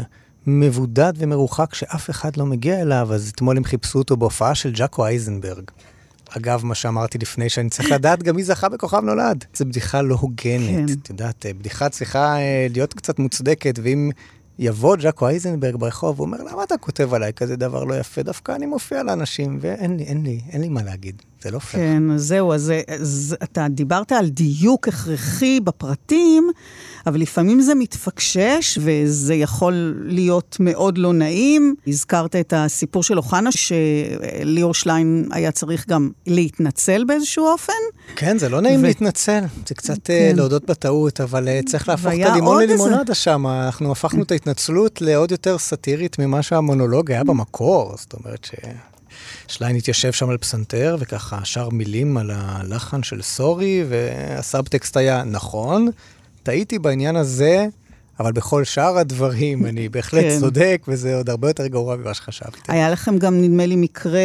מבודד ומרוחק שאף אחד לא מגיע אליו, אז אתמול הם חיפשו אותו בהופעה של ג'קו אייזנברג. אגב, מה שאמרתי לפני, שאני צריך לדעת גם מי זכה בכוכב נולד. זו בדיחה לא הוגנת. את יודעת, בדיחה צריכה להיות קצת מוצדקת, ואם יבוא ג'קו אייזנברג ברחוב, הוא אומר, למה אתה כותב עליי כזה דבר לא יפה? דווקא אני מופיע לאנשים, ואין לי, אין לי, אין לי מה להגיד. זה לא פייר. כן, זהו, אז, אז אתה דיברת על דיוק הכרחי בפרטים, אבל לפעמים זה מתפקשש, וזה יכול להיות מאוד לא נעים. הזכרת את הסיפור של אוחנה, שליאור שליין היה צריך גם להתנצל באיזשהו אופן. כן, זה לא נעים ו... להתנצל. זה קצת כן. להודות בטעות, אבל צריך להפוך את הלימון ללימונדה שם. אנחנו הפכנו את ההתנצלות לעוד יותר סאטירית ממה שהמונולוג היה במקור. זאת אומרת ש... שליין התיישב שם על פסנתר, וככה שר מילים על הלחן של סורי, והסאבטקסט היה נכון, טעיתי בעניין הזה, אבל בכל שאר הדברים אני בהחלט כן. צודק, וזה עוד הרבה יותר גרוע ממה שחשבתי. היה לכם גם, נדמה לי, מקרה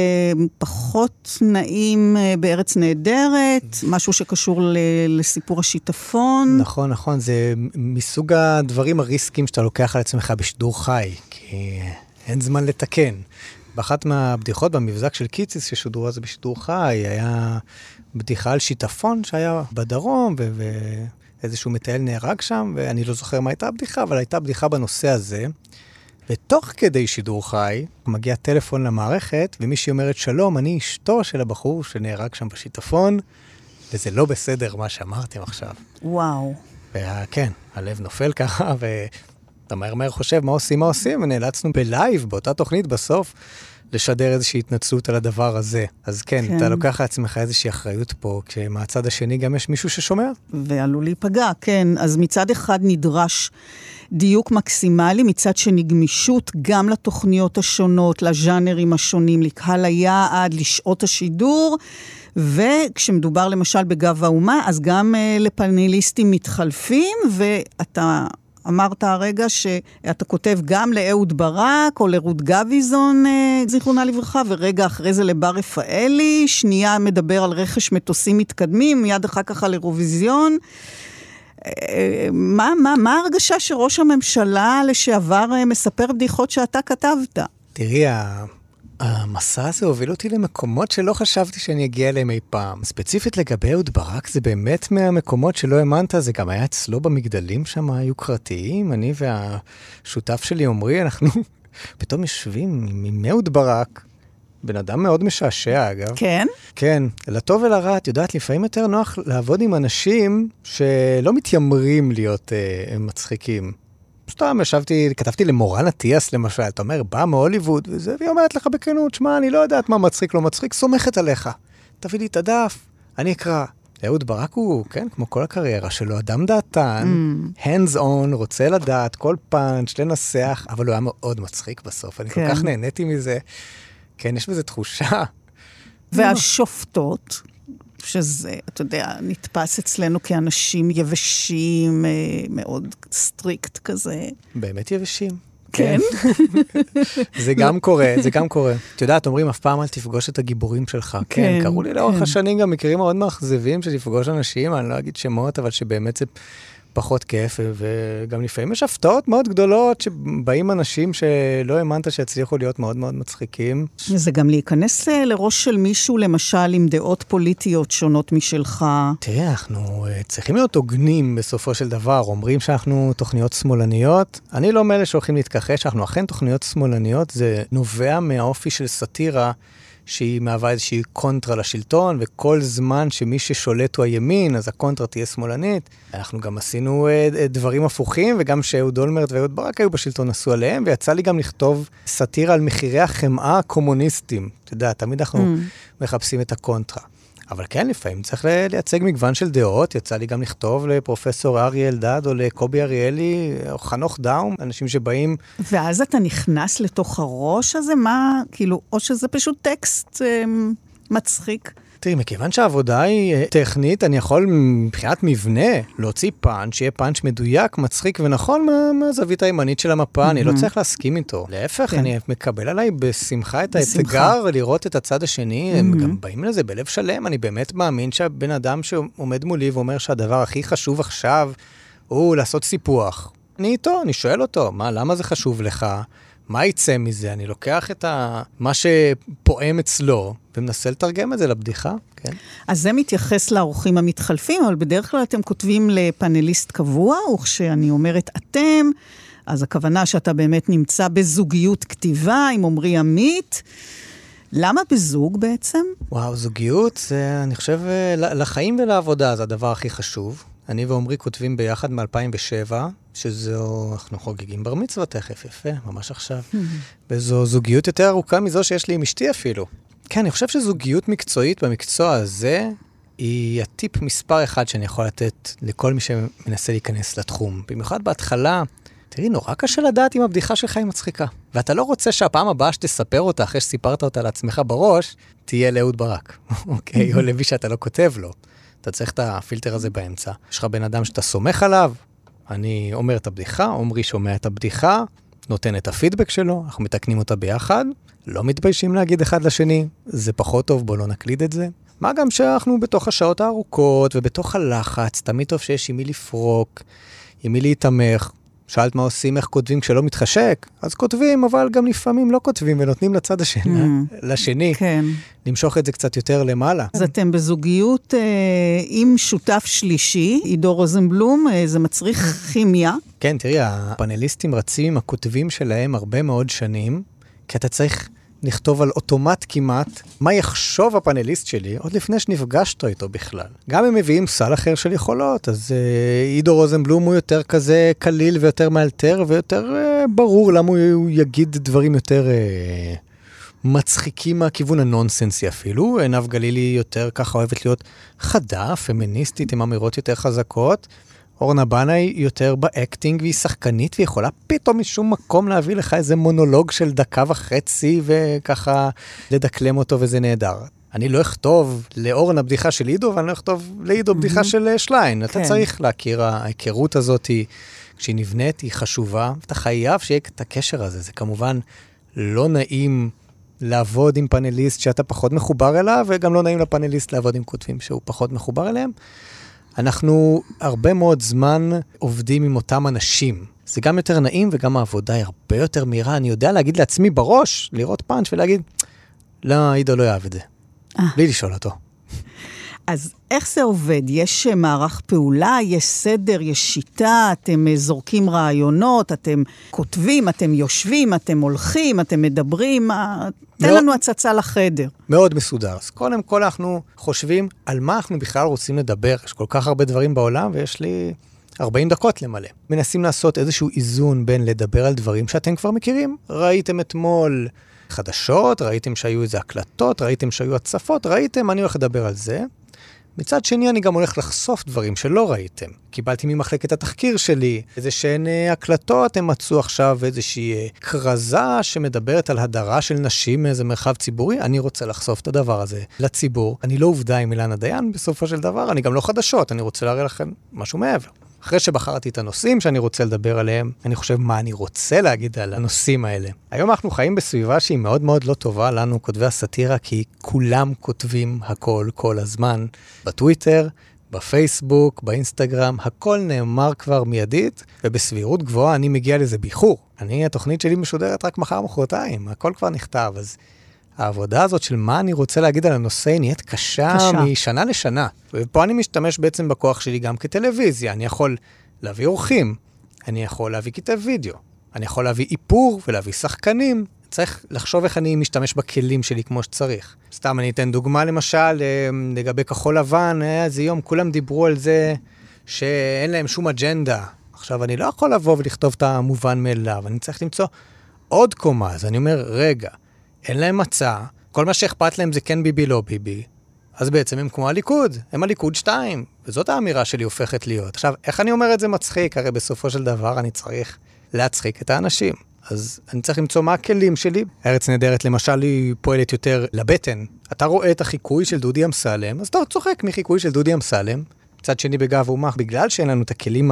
פחות נעים בארץ נהדרת, משהו שקשור ל- לסיפור השיטפון. נכון, נכון, זה מסוג הדברים הריסקים שאתה לוקח על עצמך בשידור חי, כי אין זמן לתקן. באחת מהבדיחות במבזק של קיציס ששודרו אז בשידור חי, היה בדיחה על שיטפון שהיה בדרום, ו... ואיזשהו מטייל נהרג שם, ואני לא זוכר מה הייתה הבדיחה, אבל הייתה בדיחה בנושא הזה, ותוך כדי שידור חי, מגיע טלפון למערכת, ומישהי אומרת, שלום, אני אשתו של הבחור שנהרג שם בשיטפון, וזה לא בסדר מה שאמרתם עכשיו. וואו. וכן, הלב נופל ככה, ו... אתה מהר מהר חושב מה עושים, מה עושים, ונאלצנו בלייב, באותה תוכנית בסוף, לשדר איזושהי התנצלות על הדבר הזה. אז כן, כן. אתה לוקח לעצמך איזושהי אחריות פה, כשמהצד השני גם יש מישהו ששומע. ועלול להיפגע, כן. אז מצד אחד נדרש דיוק מקסימלי, מצד שני גמישות גם לתוכניות השונות, לז'אנרים השונים, לקהל היעד, לשעות השידור, וכשמדובר למשל בגב האומה, אז גם uh, לפאנליסטים מתחלפים, ואתה אמרת הרגע שאתה כותב גם לאהוד ברק, או לרות גביזון, uh, זיכרונה לברכה, ורגע אחרי זה לבר רפאלי, שנייה מדבר על רכש מטוסים מתקדמים, מיד אחר כך על אירוויזיון. מה, מה, מה ההרגשה שראש הממשלה לשעבר מספר בדיחות שאתה כתבת? תראי, המסע הזה הוביל אותי למקומות שלא חשבתי שאני אגיע אליהם אי פעם. ספציפית לגבי אהוד ברק, זה באמת מהמקומות שלא האמנת, זה גם היה אצלו במגדלים שם היוקרתיים, אני והשותף שלי עומרי, אנחנו פתאום יושבים עם אהוד ברק, בן אדם מאוד משעשע, אגב. כן? כן. לטוב ולרע, את יודעת, לפעמים יותר נוח לעבוד עם אנשים שלא מתיימרים להיות אה, מצחיקים. סתם, ישבתי, כתבתי למורן אטיאס, למשל, אתה אומר, בא מהוליווד, וזה, והיא אומרת לך בכנות, שמה, אני לא יודעת מה מצחיק, לא מצחיק, סומכת עליך. תביא לי את הדף, אני אקרא. אהוד ברק הוא, כן, כמו כל הקריירה שלו, אדם דעתן, mm. hands on, רוצה לדעת, כל פאנץ', לנסח, אבל הוא היה מאוד מצחיק בסוף. אני כן. כל כך נהניתי מזה. כן, יש בזה תחושה. והשופטות, שזה, אתה יודע, נתפס אצלנו כאנשים יבשים, מאוד סטריקט כזה. באמת יבשים. כן. זה גם קורה, זה גם קורה. את יודעת, אומרים, אף פעם אל תפגוש את הגיבורים שלך. כן, קראו לי לאורך השנים גם מקרים מאוד מאכזבים שתפגוש אנשים, אני לא אגיד שמות, אבל שבאמת זה פחות כיף, וגם לפעמים יש הפתעות מאוד גדולות, שבאים אנשים שלא האמנת שיצליחו להיות מאוד מאוד מצחיקים. זה גם להיכנס לראש של מישהו, למשל, עם דעות פוליטיות שונות משלך. תראה, אנחנו צריכים להיות הוגנים בסופו של דבר, אומרים שאנחנו תוכניות שמאלניות, אני לא מאלה שהולכים להתכחש, אנחנו אכן תוכניות שמאלניות, זה נובע מהאופי של סאטירה, שהיא מהווה איזושהי קונטרה לשלטון, וכל זמן שמי ששולט הוא הימין, אז הקונטרה תהיה שמאלנית. אנחנו גם עשינו uh, דברים הפוכים, וגם שאהוד אולמרט ואהוד ברק היו בשלטון עשו עליהם, ויצא לי גם לכתוב סאטירה על מחירי החמאה הקומוניסטים. אתה יודע, תמיד אנחנו mm. מחפשים את הקונטרה. אבל כן, לפעמים צריך לייצג מגוון של דעות, יצא לי גם לכתוב לפרופסור אריה אלדד, או לקובי אריאלי, או חנוך דאום, אנשים שבאים... ואז אתה נכנס לתוך הראש הזה, מה, כאילו, או שזה פשוט טקסט אה, מצחיק? תראי, מכיוון שהעבודה היא טכנית, אני יכול מבחינת מבנה להוציא פאנץ', שיהיה פאנץ' מדויק, מצחיק ונכון מהזווית הימנית של המפה, אני לא צריך להסכים איתו. להפך, אני מקבל עליי בשמחה את האתגר לראות את הצד השני, הם גם באים לזה בלב שלם, אני באמת מאמין שהבן אדם שעומד מולי ואומר שהדבר הכי חשוב עכשיו הוא לעשות סיפוח. אני איתו, אני שואל אותו, מה, למה זה חשוב לך? מה יצא מזה? אני לוקח את ה... מה שפועם אצלו, ומנסה לתרגם את זה לבדיחה, כן? אז זה מתייחס לאורחים המתחלפים, אבל בדרך כלל אתם כותבים לפאנליסט קבוע, וכשאני אומרת אתם, אז הכוונה שאתה באמת נמצא בזוגיות כתיבה עם עומרי עמית. למה בזוג בעצם? וואו, זוגיות, זה, אני חושב, לחיים ולעבודה זה הדבר הכי חשוב. אני ועומרי כותבים ביחד מ-אלפיים ושבע, שזו, אנחנו חוגגים בר מצווה תכף, יפה, ממש עכשיו. וזו זוגיות יותר ארוכה מזו שיש לי עם אשתי אפילו. כן, אני חושב שזוגיות מקצועית במקצוע הזה, היא הטיפ מספר אחד שאני יכול לתת לכל מי שמנסה להיכנס לתחום. במיוחד בהתחלה, תראי, נורא קשה לדעת אם הבדיחה שלך היא מצחיקה. ואתה לא רוצה שהפעם הבאה שתספר אותה, אחרי שסיפרת אותה לעצמך בראש, תהיה לאהוד ברק, אוקיי? או למי שאתה לא כותב לו. אתה צריך את הפילטר הזה באמצע. יש לך בן אדם שאתה סומך עליו, אני אומר את הבדיחה, עומרי שומע את הבדיחה, נותן את הפידבק שלו, אנחנו מתקנים אותה ביחד, לא מתביישים להגיד אחד לשני, זה פחות טוב, בוא לא נקליד את זה. מה גם שאנחנו בתוך השעות הארוכות ובתוך הלחץ, תמיד טוב שיש עם מי לפרוק, עם מי להתאמך. שאלת מה עושים, איך כותבים כשלא מתחשק? אז כותבים, אבל גם לפעמים לא כותבים, ונותנים לצד השני, mm. לשני, כן. למשוך את זה קצת יותר למעלה. אז אתם בזוגיות אה, עם שותף שלישי, עידו רוזנבלום, אה, זה מצריך כימיה. כן, תראי, הפאנליסטים רצים עם הכותבים שלהם הרבה מאוד שנים, כי אתה צריך נכתוב על אוטומט כמעט, מה יחשוב הפאנליסט שלי, עוד לפני שנפגשת איתו בכלל. גם הם מביאים סל אחר של יכולות, אז אה, עידו רוזנבלום הוא יותר כזה קליל ויותר מאלתר, ויותר אה, ברור למה הוא יגיד דברים יותר אה, מצחיקים מהכיוון הנונסנסי אפילו. עינב גלילי יותר ככה אוהבת להיות חדה, פמיניסטית, עם אמירות יותר חזקות. אורנה בנאי יותר באקטינג, והיא שחקנית, והיא יכולה פתאום משום מקום להביא לך איזה מונולוג של דקה וחצי, וככה לדקלם אותו, וזה נהדר. אני לא אכתוב לאורנה בדיחה של עידו, ואני לא אכתוב לעידו בדיחה של שליין. אתה צריך להכיר, ההיכרות הזאת, כשהיא נבנית, היא חשובה, אתה חייב שיהיה את הקשר הזה. זה כמובן לא נעים לעבוד עם פאנליסט שאתה פחות מחובר אליו, וגם לא נעים לפאנליסט לעבוד עם כותבים שהוא פחות מחובר אליהם. אנחנו הרבה מאוד זמן עובדים עם אותם אנשים. זה גם יותר נעים וגם העבודה היא הרבה יותר מהירה. אני יודע להגיד לעצמי בראש, לראות פאנץ' ולהגיד, לא, עידו לא יאהב את זה. בלי לשאול אותו. אז איך זה עובד? יש מערך פעולה, יש סדר, יש שיטה, אתם זורקים רעיונות, אתם כותבים, אתם יושבים, אתם הולכים, אתם מדברים, תן לנו הצצה לחדר. מאוד מסודר. אז קודם כל אנחנו חושבים על מה אנחנו בכלל רוצים לדבר. יש כל כך הרבה דברים בעולם ויש לי ארבעים דקות למלא. מנסים לעשות איזשהו איזון בין לדבר על דברים שאתם כבר מכירים. ראיתם אתמול חדשות, ראיתם שהיו איזה הקלטות, ראיתם שהיו הצפות, ראיתם, אני הולך לדבר על זה. מצד שני, אני גם הולך לחשוף דברים שלא ראיתם. קיבלתי ממחלקת התחקיר שלי איזה שהן הקלטות, הם מצאו עכשיו איזושהי קרזה שמדברת על הדרה של נשים מאיזה מרחב ציבורי. אני רוצה לחשוף את הדבר הזה לציבור. אני לא עובדה עם אילנה דיין בסופו של דבר, אני גם לא חדשות, אני רוצה להראה לכם משהו מעבר. אחרי שבחרתי את הנושאים שאני רוצה לדבר עליהם, אני חושב מה אני רוצה להגיד על הנושאים האלה. היום אנחנו חיים בסביבה שהיא מאוד מאוד לא טובה לנו, כותבי הסאטירה, כי כולם כותבים הכל כל הזמן. בטוויטר, בפייסבוק, באינסטגרם, הכל נאמר כבר מיידית, ובסבירות גבוהה אני מגיע לזה באיחור. אני, התוכנית שלי משודרת רק מחר מחרתיים, הכל כבר נכתב, אז העבודה הזאת של מה אני רוצה להגיד על הנושא נהיית קשה, קשה. משנה לשנה. ופה אני משתמש בעצם בכוח שלי גם כטלוויזיה. אני יכול להביא אורחים, אני יכול להביא כתב וידאו, אני יכול להביא איפור ולהביא שחקנים. צריך לחשוב איך אני משתמש בכלים שלי כמו שצריך. סתם אני אתן דוגמה למשל, לגבי כחול לבן, איזה יום כולם דיברו על זה שאין להם שום אג'נדה. עכשיו אני לא יכול לבוא ולכתוב את המובן מאליו, אני צריך למצוא עוד קומה. אז אני אומר, רגע, אין להם מצע, כל מה שאכפת להם זה כן ביבי לא ביבי, אז בעצם הם כמו הליכוד, הם הליכוד שתיים, וזאת האמירה שלי הופכת להיות. עכשיו, איך אני אומר את זה מצחיק? הרי בסופו של דבר אני צריך להצחיק את האנשים. אז אני צריך למצוא מה הכלים שלי. ארץ נהדרת למשל היא פועלת יותר לבטן. אתה רואה את החיקוי של דודי אמסלם, אז אתה צוחק מחיקוי של דודי אמסלם. מצד שני בגב ומח, בגלל שאין לנו את הכלים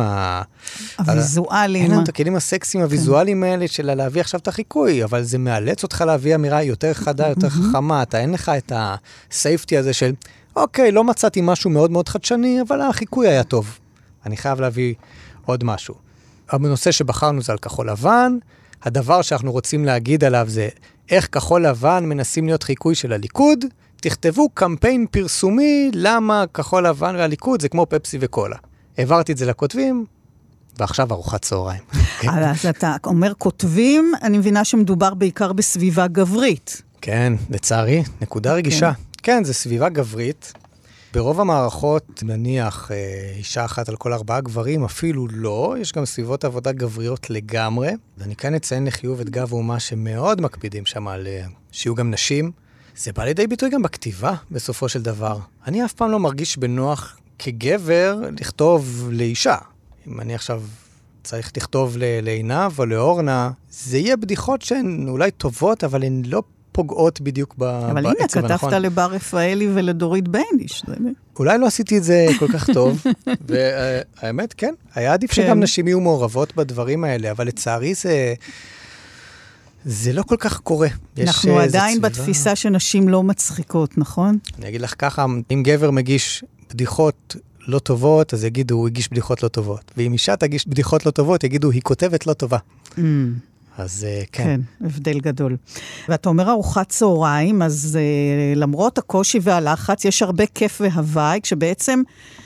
הוויזואליים. אין לנו את הכלים הסקסיים הוויזואליים האלה של להביא עכשיו את החיקוי, אבל זה מאלץ אותך להביא אמירה יותר חדה, יותר חכמה. אתה אין לך את הסייפטי הזה של, אוקיי, לא מצאתי משהו מאוד מאוד חדשני, אבל החיקוי היה טוב. אני חייב להביא עוד משהו. הנושא שבחרנו זה על כחול לבן. הדבר שאנחנו רוצים להגיד עליו זה איך כחול לבן מנסים להיות חיקוי של הליכוד. תכתבו קמפיין פרסומי למה כחול לבן והליכוד זה כמו פפסי וקולה. העברתי את זה לכותבים, ועכשיו ארוחת צהריים. אז אתה אומר כותבים, אני מבינה שמדובר בעיקר בסביבה גברית. כן, לצערי, נקודה רגישה. כן, זה סביבה גברית. ברוב המערכות, נניח, אישה אחת על כל ארבעה גברים, אפילו לא, יש גם סביבות עבודה גבריות לגמרי. ואני כאן אציין לחיוב את גב ואומה שמאוד מקפידים שם על שיהיו גם נשים. זה בא לידי ביטוי גם בכתיבה, בסופו של דבר. אני אף פעם לא מרגיש בנוח כגבר לכתוב לאישה. אם אני עכשיו צריך לכתוב לעינב או לאורנה, זה יהיה בדיחות שהן אולי טובות, אבל הן לא פוגעות בדיוק בעצב הנכון. אבל הנה, כתבת לבר רפאלי ולדורית בייניש. אולי לא עשיתי את זה כל כך טוב, והאמת, כן, היה עדיף שגם נשים יהיו מעורבות בדברים האלה, אבל לצערי זה... זה לא כל כך קורה. אנחנו עדיין בתפיסה שנשים לא מצחיקות, נכון? אני אגיד לך ככה, אם גבר מגיש בדיחות לא טובות, אז יגידו, הוא הגיש בדיחות לא טובות. ואם אישה תגיש בדיחות לא טובות, יגידו, היא כותבת לא טובה. אז כן. כן, הבדל גדול. ואתה אומר ארוחת צהריים, אז למרות הקושי והלחץ, יש הרבה כיף והוואי, כשבעצם...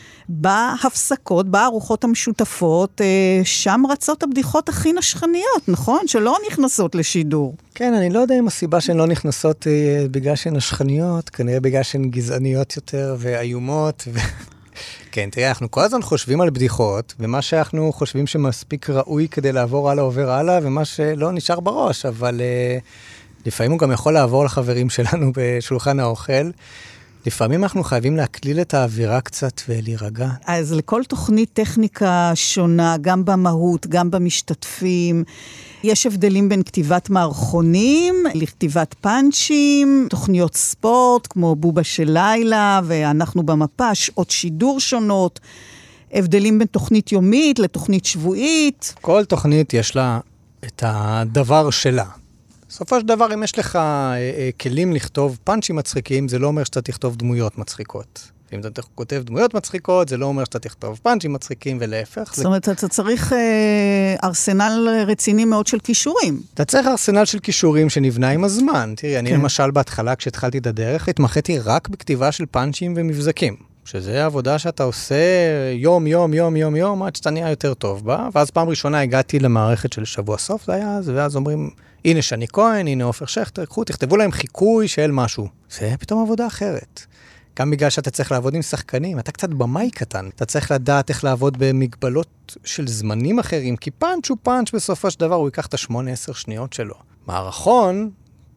בהפסקות, בארוחות המשותפות, שם רצות הבדיחות הכי נשכניות, נכון? שלא נכנסות לשידור. כן, אני לא יודע אם הסיבה שהן לא נכנסות בגלל שהן נשכניות, כנראה בגלל שהן גזעניות יותר ואיומות. ו... כן, תראה, אנחנו כל הזמן חושבים על בדיחות, ומה שאנחנו חושבים שמספיק ראוי כדי לעבור הלאה עובר הלאה, ומה שלא נשאר בראש, אבל... לפעמים הוא גם יכול לעבור לחברים שלנו בשולחן האוכל. לפעמים אנחנו חייבים להקליל את האווירה קצת ולהירגע. אז לכל תוכנית טכניקה שונה, גם במהות, גם במשתתפים. יש הבדלים בין כתיבת מערכונים לכתיבת פאנצ'ים, תוכניות ספורט כמו בובה של לילה, ואנחנו במפה, שעות שידור שונות, הבדלים בין תוכנית יומית לתוכנית שבועית. כל תוכנית יש לה את הדבר שלה. בסופו של דבר, אם יש לך אה, אה, כלים לכתוב פאנצ'ים מצחיקים, זה לא אומר שאתה תכתוב דמויות מצחיקות. אם אתה כותב דמויות מצחיקות, זה לא אומר שאתה תכתוב פאנצ'ים מצחיקים ולהפך. זאת אומרת, אתה צריך אה, ארסנל רציני מאוד של כישורים. אתה צריך ארסנל של כישורים שנבנה עם הזמן. תראי, אני למשל בהתחלה, כשהתחלתי את הדרך, התמחיתי רק בכתיבה של פאנצ'ים ומבזקים. שזה עבודה שאתה עושה יום, יום, יום, יום, יום, עד שאתה נהיה יותר טוב בה. ואז פעם ראשונה הגעתי למערכת של שבוע סוף, זה היה אז, ואז אומרים, הנה שני כהן, הנה עופר שכטר, קחו, תכתבו להם חיקוי של משהו. זה פתאום עבודה אחרת. גם בגלל שאתה צריך לעבוד עם שחקנים, אתה קצת במאי קטן. אתה צריך לדעת איך לעבוד במגבלות של זמנים אחרים, כי פאנץ' הוא פאנץ' בסופו של דבר, הוא ייקח את השמונה עשר שניות שלו. מערכון,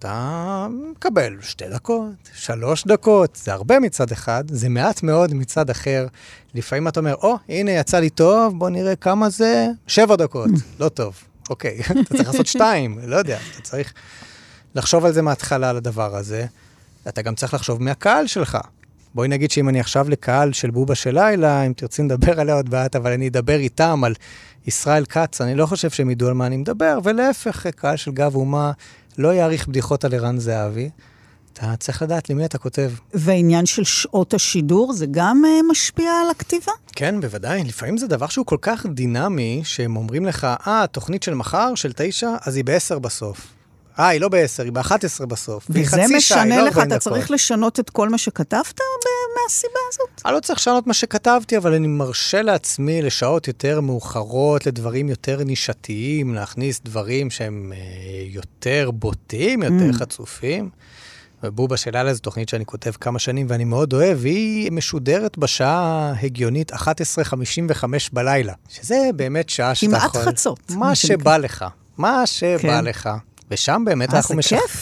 אתה מקבל שתי דקות, שלוש דקות, זה הרבה מצד אחד, זה מעט מאוד מצד אחר. לפעמים אתה אומר, או, הנה יצא לי טוב, בוא נראה כמה זה, שבע דקות, לא טוב. אוקיי, אתה צריך לעשות שתיים, לא יודע, אתה צריך לחשוב על זה מההתחלה, על הדבר הזה. אתה גם צריך לחשוב מהקהל שלך. בואי נגיד שאם אני עכשיו לקהל של בובה של לילה, אם תרצי לדבר עליה עוד בעט, אבל אני אדבר איתם על ישראל קץ, אני לא חושב שהם ידעו על מה אני מדבר, ולהפך, קהל של גב אומה לא יעריך בדיחות על ערן זהבי. אתה צריך לדעת למי אתה כותב. והעניין של שעות השידור, זה גם uh, משפיע על הכתיבה? כן, בוודאי. לפעמים זה דבר שהוא כל כך דינמי, שהם אומרים לך, אה, התוכנית של מחר, של תשע, אז היא בעשר בסוף. אה, היא לא בעשר, היא באחת עשרה בסוף. וזה משנה לך, אתה צריך לשנות את כל מה שכתבת מהסיבה הזאת? אני לא צריך לשנות מה שכתבתי, אבל אני מרשה לעצמי לשעות יותר מאוחרות, לדברים יותר נישתיים, להכניס דברים שהם יותר בוטים, יותר חצופים. ובובה של לילה זו תוכנית שאני כותב כמה שנים, ואני מאוד אוהב, והיא משודרת בשעה הגיונית אחת עשרה חמישים וחמש בלילה, שזה באמת שעה שאתה יכול... כמעט חצות. מה שבא לך, מה שבא לך. ושם באמת אנחנו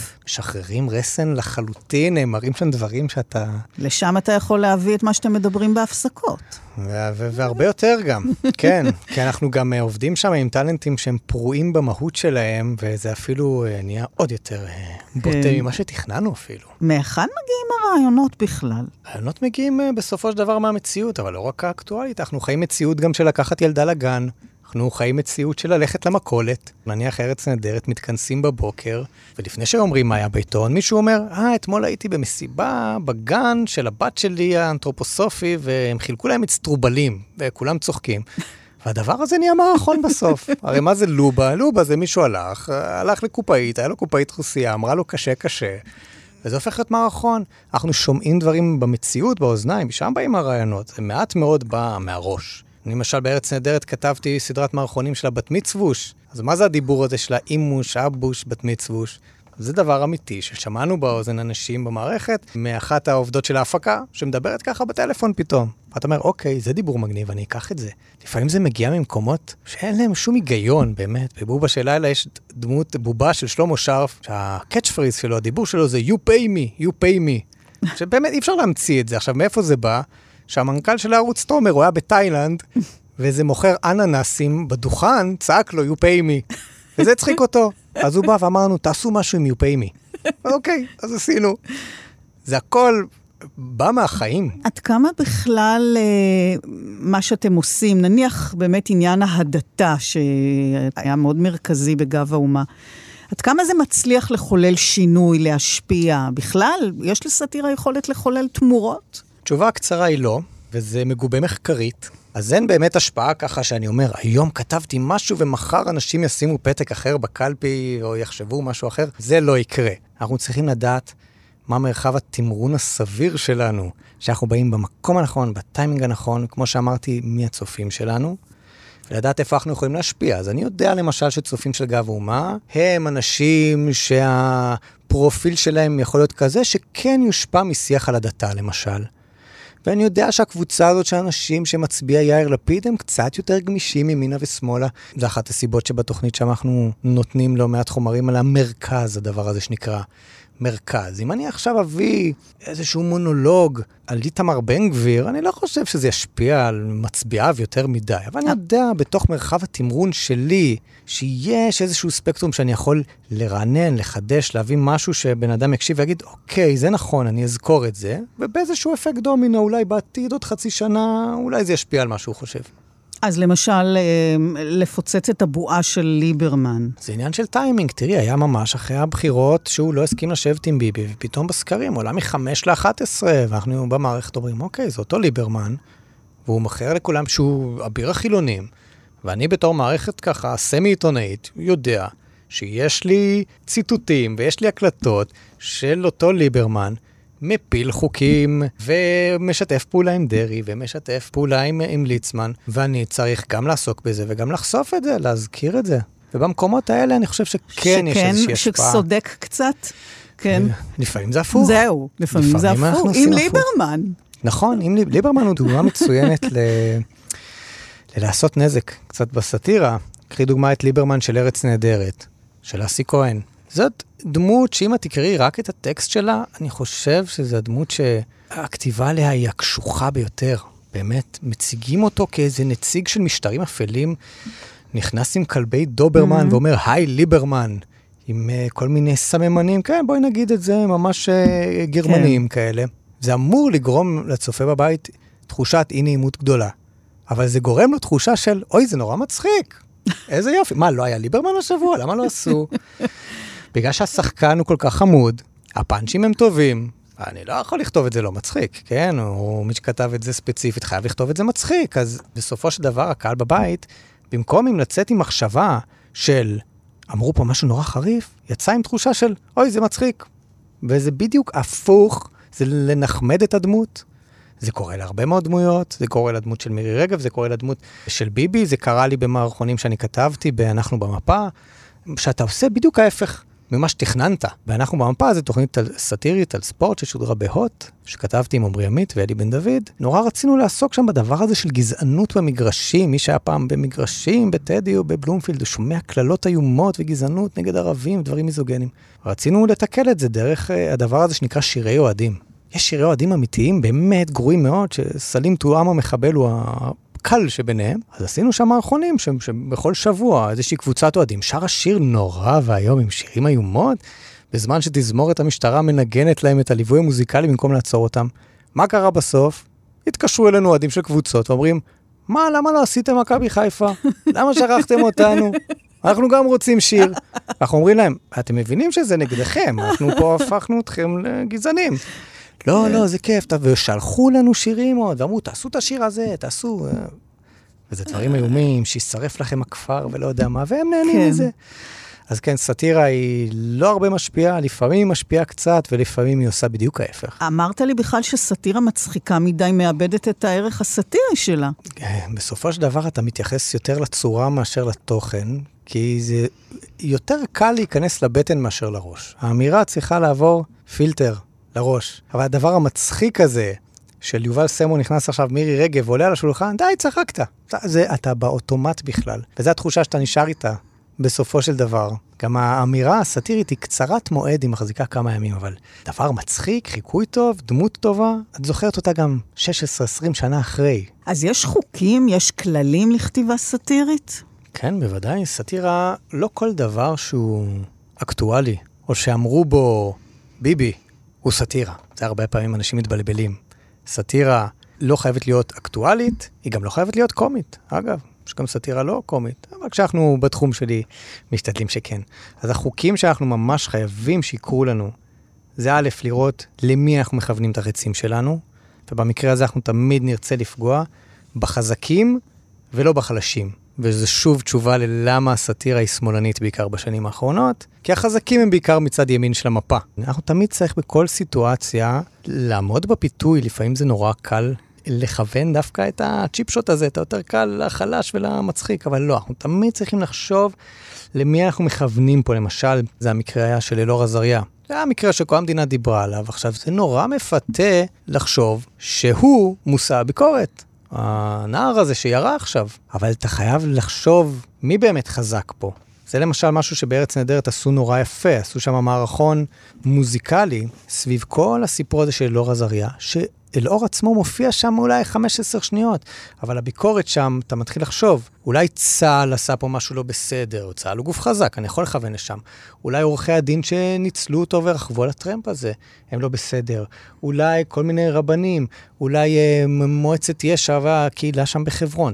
משחררים רסן לחלוטין, הם מראים שם דברים שאתה... לשם אתה יכול להביא את מה שאתם מדברים בהפסקות. והרבה יותר גם, כן. כי אנחנו גם עובדים שם עם טלנטים שהם פרועים במהות שלהם, וזה אפילו נהיה עוד יותר בוטה ממה שתכננו אפילו. מאחד מגיעים הרעיונות בכלל? הרעיונות מגיעים בסופו של דבר מהמציאות, אבל לא רק האקטואלית. אנחנו חיים מציאות גם של לקחת ילדה לגן, אנחנו חיים מציאות של ללכת למכולת, נניח ארץ נהדרת, מתכנסים בבוקר, ולפני שאומרים מה היה בעיתון, מישהו אומר, אה, אתמול הייתי במסיבה בגן של הבת שלי האנתרופוסופי, והם חילקו להם את סטרובלים, וכולם צוחקים. והדבר הזה נהיה מערכון בסוף. הרי מה זה לובה? לובה זה מישהו הלך, הלך לקופאית, היה לו קופאית רוסיה, אמרה לו קשה קשה, וזה הופך להיות מערכון. אנחנו שומעים דברים במציאות, באוזניים, משם באים הרעיונות, זה מעט מאוד בא מהראש. אני למשל בארץ נהדרת כתבתי סדרת מערכונים של הבת מצווש. אז מה זה הדיבור הזה של האימוש, אבוש, בת מצווש? זה דבר אמיתי ששמענו באוזן אנשים במערכת, מאחת העובדות של ההפקה, שמדברת ככה בטלפון פתאום. ואתה אומר, אוקיי, זה דיבור מגניב, אני אקח את זה. לפעמים זה מגיע ממקומות שאין להם שום היגיון, באמת. בבובה של לילה יש דמות בובה של שלמה שרף, שהקאץ' פריז שלו, הדיבור שלו זה you pay me, you pay me. שבאמת אי אפשר להמציא את זה. עכשיו, מאיפה זה בא? שהמנכ"ל של הערוץ תומר, הוא היה בתאילנד, וזה מוכר אננסים בדוכן, צעק לו, you pay me. וזה הצחיק אותו. אז הוא בא ואמרנו, תעשו משהו עם you pay me. אוקיי, אז עשינו. זה הכל בא מהחיים. עד כמה בכלל מה שאתם עושים, נניח באמת עניין ההדתה, שהיה מאוד מרכזי בגב האומה, עד כמה זה מצליח לחולל שינוי, להשפיע? בכלל, יש לסאטירה יכולת לחולל תמורות? התשובה הקצרה היא לא, וזה מגובה מחקרית. אז אין באמת השפעה ככה שאני אומר, היום כתבתי משהו ומחר אנשים ישימו פתק אחר בקלפי או יחשבו משהו אחר. זה לא יקרה. אנחנו צריכים לדעת מה מרחב התמרון הסביר שלנו, שאנחנו באים במקום הנכון, בטיימינג הנכון, כמו שאמרתי, מי הצופים שלנו, ולדעת איפה אנחנו יכולים להשפיע. אז אני יודע למשל שצופים של גב האומה, הם אנשים שהפרופיל שלהם יכול להיות כזה, שכן יושפע משיח על הדתה למשל. ואני יודע שהקבוצה הזאת של אנשים שמצביע יאיר לפיד הם קצת יותר גמישים ימינה ושמאלה. זה אחת הסיבות שבתוכנית שאנחנו נותנים לא מעט חומרים על המרכז, הדבר הזה שנקרא מרכז. אם אני עכשיו אביא איזשהו מונולוג על איתמר בן גביר, אני לא חושב שזה ישפיע על מצביעיו יותר מדי, אבל אני יודע בתוך מרחב התמרון שלי, שיש איזשהו ספקטרום שאני יכול לרענן, לחדש, להביא משהו שבן אדם יקשיב ויגיד, אוקיי, זה נכון, אני אזכור את זה, ובאיזשהו אפקט דומינו, אולי בעתיד עוד חצי שנה, אולי זה ישפיע על מה שהוא חושב. אז למשל, לפוצץ את הבועה של ליברמן. זה עניין של טיימינג. תראי, היה ממש אחרי הבחירות שהוא לא הסכים לשבת עם ביבי, ופתאום בסקרים עולה מחמש לאחת עשרה, ואנחנו במערכת אומרים, אוקיי, זה אותו ליברמן, והוא מכר לכולם שהוא אביר החילונים, ואני בתור מערכת ככה, סמי-עיתונאית, יודע שיש לי ציטוטים ויש לי הקלטות של אותו ליברמן, מפיל חוקים ומשתף פעולה עם דרי ומשתף פעולה עם, עם ליצמן, ואני צריך גם לעסוק בזה וגם לחשוף את זה, להזכיר את זה. ובמקומות האלה אני חושב שכן יש איזושהי השפעה. שסודק קצת, כן. לפעמים זה הפוך. זהו, לפעמים, לפעמים זה הפוך. עם ליברמן. נכון, עם ליברמן הוא דוגמה מצוינת ל... ללעשות נזק, קצת בסטירה. קחי דוגמה את ליברמן של ארץ נהדרת, של אסי כהן. זאת דמות שאם את תקראי רק את הטקסט שלה, אני חושב שזו הדמות שהכתיבה עליה היא הקשוחה ביותר. באמת, מציגים אותו כאיזה נציג של משטרים אפלים, נכנס עם כלבי דוברמן mm-hmm. ואומר, היי ליברמן, עם uh, כל מיני סממנים, כן, בואי נגיד את זה, ממש uh, גרמניים כן. כאלה. זה אמור לגרום לצופה בבית תחושת אי נעימות גדולה. אבל זה גורם לו תחושה של, אוי, זה נורא מצחיק. איזה יופי. מה, לא היה ליברמן השבוע? למה לא עשו? בגלל שהשחקן הוא כל כך חמוד, הפאנצ'ים הם טובים, אני לא יכול לכתוב את זה לא מצחיק, כן? או מי שכתב את זה ספציפית חייב לכתוב את זה מצחיק, אז בסופו של דבר הקהל בבית, במקום אם לצאת עם מחשבה של, אמרו פה משהו נורא חריף, יצא עם תחושה של, אוי, זה מצחיק. וזה בדיוק הפוך, זה לנחמד את הדמות. זה קורה להרבה מאוד דמויות, זה קורה לדמות של מירי רגב, זה קורה לדמות של ביבי, זה קרה לי במערכונים שאני כתבתי, באנחנו במפה, שאתה עושה בדיוק ההפך ממה שתכננת. ואנחנו במפה זה תוכנית סאטירית על ספורט ששודרה בהוט, שכתבתי עם עמרי עמית ואלי בן דוד. נורא רצינו לעסוק שם בדבר הזה של גזענות במגרשים, מי שהיה פעם במגרשים, בטדי או בבלומפילד, הוא שומע כללות איומות וגזענות נגד ערבים, דברים מיזוגנים. רצינו לתקל את זה דרך הדבר הזה שנקרא שירי אוהדים. יש שירי אוהדים אמיתיים, באמת גרועים מאוד, שסלים תואם המחבל הוא הקל שביניהם. אז עשינו שם מערכונים, שבכל שבוע איזושהי קבוצת אוהדים, שר השיר נורא והיום עם שירים איומות, בזמן שתזמורת המשטרה מנגנת להם את הליווי המוזיקלי במקום לעצור אותם. מה קרה בסוף? התקשרו אלינו אוהדים של קבוצות, ואומרים, מה, למה לא עשיתם מכבי חיפה? למה שכחתם אותנו? אנחנו גם רוצים שיר. אנחנו אומרים להם, אתם מבינים שזה נגדכם, אנחנו פה הפכנו אתכם לגזענים. לא, לא, זה כיף, ושלחו לנו שירים עוד, ואמרו, תעשו את השיר הזה, תעשו, וזה דברים איומים, שישרף לכם הכפר ולא יודע מה, והם נהנים מזה. אז כן, סאטירה היא לא הרבה משפיעה, לפעמים היא משפיעה קצת, ולפעמים היא עושה בדיוק ההפך. אמרת לי בכלל שסאטירה מצחיקה מדי, מאבדת את הערך הסאטירי שלה. בסופו של דבר אתה מתייחס יותר לצורה מאשר לתוכן, כי זה יותר קל להיכנס לבטן מאשר לראש. האמירה צריכה לעבור פילטר לראש. אבל הדבר המצחיק הזה, של יובל סמו נכנס עכשיו מירי רגב, ועולה על השולחן, די, צחקת. זה, אתה באוטומט בכלל. וזו התחושה שאתה נשאר איתה, בסופו של דבר. גם האמירה הסאטירית היא קצרת מועד, היא מחזיקה כמה ימים, אבל דבר מצחיק, חיקוי טוב, דמות טובה, את זוכרת אותה גם שש עשרה עשרים שנה אחרי. אז יש חוקים, יש כללים לכתיבה סאטירית? כן, בוודאי. סאטירה, לא כל דבר שהוא אקטואלי, או שאמרו בו, ביבי, הוא סאטירה. זה הרבה פעמים אנשים מתבלבלים. סאטירה לא חייבת להיות אקטואלית, היא גם לא חייבת להיות קומית. אגב, יש גם סאטירה לא קומית, אבל כשאנחנו בתחום שלי משתדלים שכן. אז החוקים שאנחנו ממש חייבים שיקרו לנו, זה א', לראות למי אנחנו מכוונים את הרצים שלנו, ובמקרה הזה אנחנו תמיד נרצה לפגוע בחזקים ולא בחלשים. וזה שוב תשובה ללמה הסאטירה היא שמאלנית בעיקר בשנים האחרונות, כי החזקים הם בעיקר מצד ימין של המפה. אנחנו תמיד צריך בכל סיטואציה לעמוד בפיתוי, לפעמים זה נורא קל לכוון דווקא את הצ'יפשוט הזה, את היותר קל לחלש ולמצחיק, אבל לא, אנחנו תמיד צריכים לחשוב למי אנחנו מכוונים פה. למשל, זה המקרה היה של אלאור עזריה, זה היה מקרה שכל המדינה דיברה עליו. עכשיו, זה נורא מפתה לחשוב שהוא מושא הביקורת. הנער הזה שירה עכשיו. אבל אתה חייב לחשוב מי באמת חזק פה. זה למשל משהו שבארץ נהדרת עשו נורא יפה. עשו שם מערכון מוזיקלי סביב כל הסיפור הזה של אלאור עזריה, שאלאור עצמו מופיע שם אולי חמש עשרה שניות. אבל הביקורת שם, אתה מתחיל לחשוב, אולי צה"ל עשה פה משהו לא בסדר, או צה"ל הוא גוף חזק, אני יכול לכוון לשם. אולי עורכי הדין שניצלו אותו ורחבו על הטרמפ הזה, הם לא בסדר. אולי כל מיני רבנים, אולי אה, מועצת יש"ע והקהילה שם בחברון.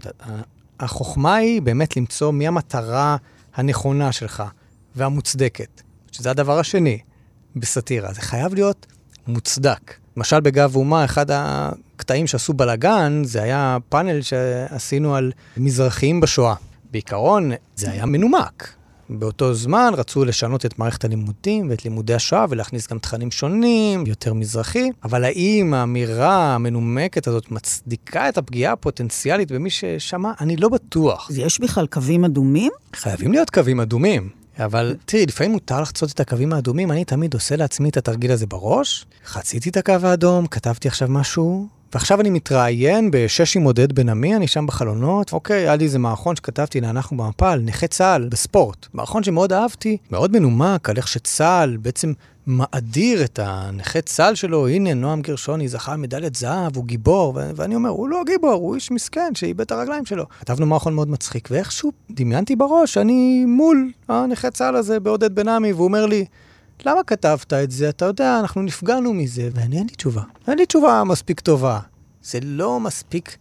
החוכמה היא באמת למצוא מי המטרה הנכונה שלך והמוצדקת, שזה הדבר השני בסטירה. זה חייב להיות מוצדק. למשל בגב אומה, אחד הקטעים שעשו בלגן, זה היה פאנל שעשינו על מזרחיים בשואה. בעיקרון זה היה מנומק. באותו זמן רצו לשנות את מערכת הלימודים ואת לימודי השואה ולהכניס גם תכנים שונים, יותר מזרחי. אבל האם האמירה המנומקת הזאת מצדיקה את הפגיעה הפוטנציאלית במי ששמע? אני לא בטוח. יש בכלל קווים אדומים? חייבים להיות קווים אדומים. אבל תראי, לפעמים מותר לחצות את הקווים האדומים, אני תמיד עושה לעצמי את התרגיל הזה בראש, חציתי את הקו האדום, כתבתי עכשיו משהו, ועכשיו אני מתראיין בשש עם עודד בן עמי, אני שם בחלונות, אוקיי, היה לי איזה מערכון שכתבתי לאנחנו במפל, נכה צה"ל בספורט, מערכון שמאוד אהבתי, מאוד מנומק על איך שצה"ל בעצם מאדיר את הנכה צה"ל שלו, הנה נועם גרשוני זכה מדליית זהב, הוא גיבור, ו- ואני אומר, הוא לא גיבור, הוא איש מסכן שאיבד את הרגליים שלו. כתבנו מערכון מאוד מצחיק, ואיכשהו דמיינתי בראש, אני מול הנכה צה"ל הזה בעודד בן עמי, והוא אומר לי, למה כתבת את זה? אתה יודע, אנחנו נפגענו מזה, ואני אין לי תשובה. אין לי תשובה מספיק טובה. זה לא מספיק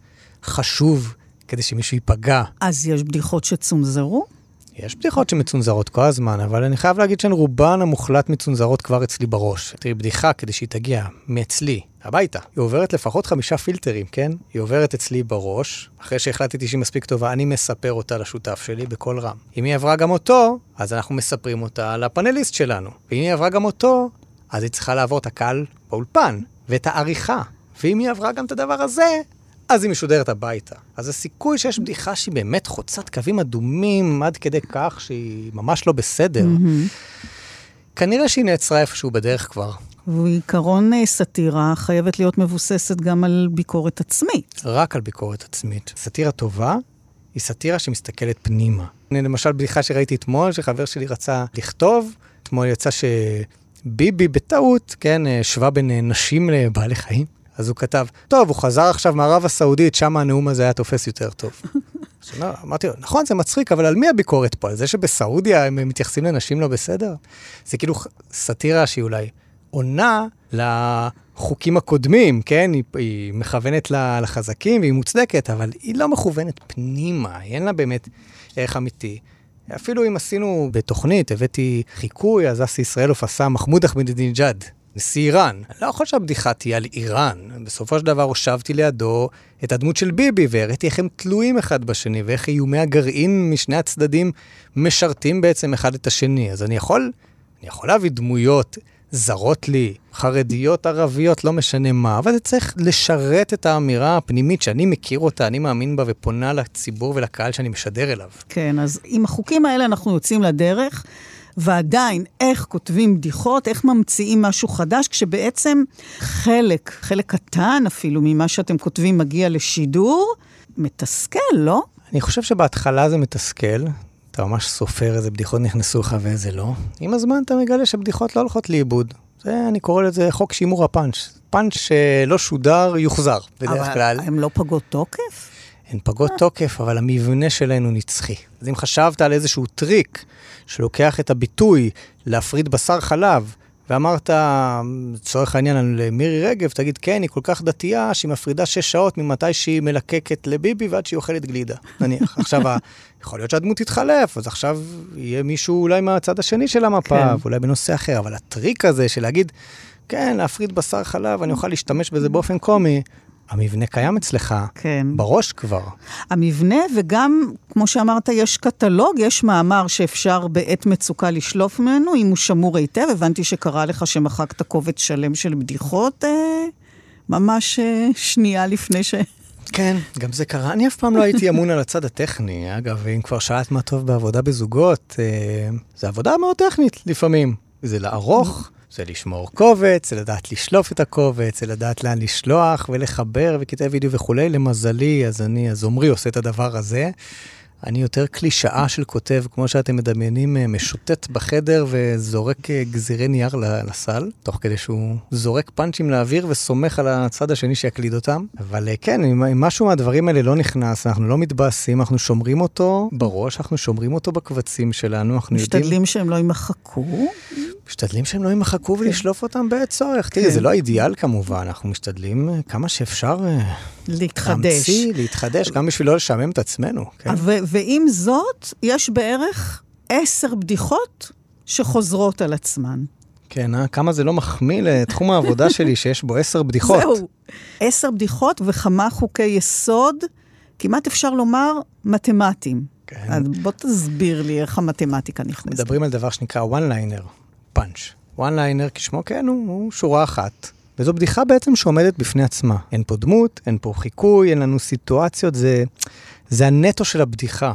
חשוב כדי שמישהו ייפגע. אז יש בדיחות שצונזרו? יש בדיחות שמצונזרות כל הזמן, אבל אני חייב להגיד שהן רובן המוחלט מצונזרות כבר אצלי בראש. תראי, בדיחה כדי שהיא תגיע מאצלי, הביתה. היא עוברת לפחות חמישה פילטרים, כן? היא עוברת אצלי בראש, אחרי שהחלטתי שהיא מספיק טובה, אני מספר אותה לשותף שלי בכל רם. אם היא עברה גם אותו, אז אנחנו מספרים אותה לפאנליסט שלנו. ואם היא עברה גם אותו, אז היא צריכה לעבור את הקהל באולפן, ואת העריכה. ואם היא עברה גם את הדבר הזה, אז היא משודרת הביתה. אז הסיכוי שיש בדיחה שהיא באמת חוצת קווים אדומים, עד כדי כך שהיא ממש לא בסדר. Mm-hmm. כנראה שהיא נעצרה איפשהו בדרך כבר. ועיקרון סטירה חייבת להיות מבוססת גם על ביקורת עצמית. רק על ביקורת עצמית. סטירה טובה היא סטירה שמסתכלת פנימה. למשל בדיחה שראיתי אתמול, שחבר שלי רצה לכתוב, אתמול יצא שביבי בטעות, כן, שווה בין נשים לבעלי חיים. אז הוא כתב, טוב, הוא חזר עכשיו מערב הסעודית, שם הנאום הזה היה תופס יותר טוב. אמרתי לו, נכון, זה מצחיק, אבל על מי הביקורת פה? על זה שבסעודיה הם מתייחסים לנשים לא בסדר? זה כאילו סטירה שהיא אולי עונה לחוקים הקודמים, כן? היא, היא מכוונת לחזקים והיא מוצדקת, אבל היא לא מכוונת פנימה, אין לה באמת ערך אמיתי. אפילו אם עשינו בתוכנית, הבאתי חיקוי, אז אסי ישראלוף עשה מחמוד אחמדינג'אד, נשיא איראן. אני לא יכול שהבדיחה תהיה על איראן. בסופו של דבר הושבתי לידו את הדמות של ביבי, והראיתי איך הם תלויים אחד בשני, ואיך איומי הגרעין משני הצדדים משרתים בעצם אחד את השני. אז אני יכול, אני יכול להביא דמויות זרות לי, חרדיות, ערביות, לא משנה מה, אבל זה צריך לשרת את האמירה הפנימית שאני מכיר אותה, אני מאמין בה ופונה לציבור ולקהל שאני משדר אליו. כן, אז עם החוקים האלה אנחנו יוצאים לדרך, ועדיין איך כותבים בדיחות, איך ממציאים משהו חדש, כשבעצם חלק, חלק קטן אפילו ממה שאתם כותבים מגיע לשידור, מתסכל, לא? אני חושב שבהתחלה זה מתסכל, אתה ממש סופר איזה בדיחות נכנסו לך ואיזה לא. עם הזמן אתה מגלה שבדיחות לא הולכות לאיבוד. זה, אני קורא לזה חוק שימור הפאנץ'. פאנץ' שלא שודר יוחזר, בדרך כלל. אבל הם לא פגות תוקף? הן פגות תוקף, אבל המבנה שלנו נצחי. אז אם חשבת על איזשהו טריק שלוקח את הביטוי להפריד בשר חלב, ואמרת, צורך העניין על מירי רגב, תגיד, כן, היא כל כך דתייה, שהיא מפרידה שש שעות ממתי שהיא מלקקת לביבי, ועד שהיא אוכלת גלידה. נניח, עכשיו, יכול להיות שהדמות תתחלף, אז עכשיו יהיה מישהו אולי מהצד השני של המפה, כן. ואולי בנושא אחר, אבל הטריק הזה של להגיד, כן, להפריד בשר חלב, אני אוכל להשתמש בזה באופן קומי, המבנה קיים אצלך, כן. בראש כבר. המבנה, וגם, כמו שאמרת, יש קטלוג, יש מאמר שאפשר בעת מצוקה לשלוף ממנו, אם הוא שמור היטב, הבנתי שקרה לך שמחקת קובץ שלם של בדיחות, אה, ממש אה, שנייה לפני ש... כן, גם זה קרה. אני אף פעם לא הייתי אמון על הצד הטכני. אגב, אם כבר שאלת מה טוב בעבודה בזוגות, אה, זה עבודה מאוד טכנית לפעמים. זה לערוך, זה לשמור קובץ, זה לדעת לשלוף את הקובץ, זה לדעת לאן לשלוח ולחבר וכתב וידאו וכו'. למזלי, אז אני, אז עומרי עושה את הדבר הזה. אני יותר קלישאה של כותב, כמו שאתם מדמיינים, משוטט בחדר וזורק גזירי נייר לסל, תוך כדי שהוא זורק פאנצ'ים לאוויר וסומך על הצד השני שיקליד אותם. אבל כן, אם משהו מהדברים האלה לא נכנס, אנחנו לא מתבאסים, אנחנו שומרים אותו בראש, אנחנו שומרים אותו בקבצים שלנו, אנחנו יודעים... משתדלים שהם לא יימחקו? משתדלים שהם לא יימחקו ולשלוף אותם בצורך. תראי, זה לא אידיאל כמובן, אנחנו משתדלים כמה שאפשר... להתחדש. להמציא, להתחדש, גם בשביל לא לשעמם את עצמנו. כן? ו- ועם זאת, יש בערך עשר בדיחות שחוזרות על עצמן. כן, אה? כמה זה לא מחמיא לתחום העבודה שלי שיש בו עשר בדיחות. זהו, עשר בדיחות וכמה חוקי יסוד, כמעט אפשר לומר מתמטיים. כן. אז בוא תסביר לי איך המתמטיקה נכנסת. מדברים על דבר שנקרא one-liner, punch. one-liner, כשמו כן, הוא, הוא שורה אחת. וזו בדיחה בעצם שעומדת בפני עצמה. אין פה דמות, אין פה חיקוי, אין לנו סיטואציות, זה, זה הנטו של הבדיחה.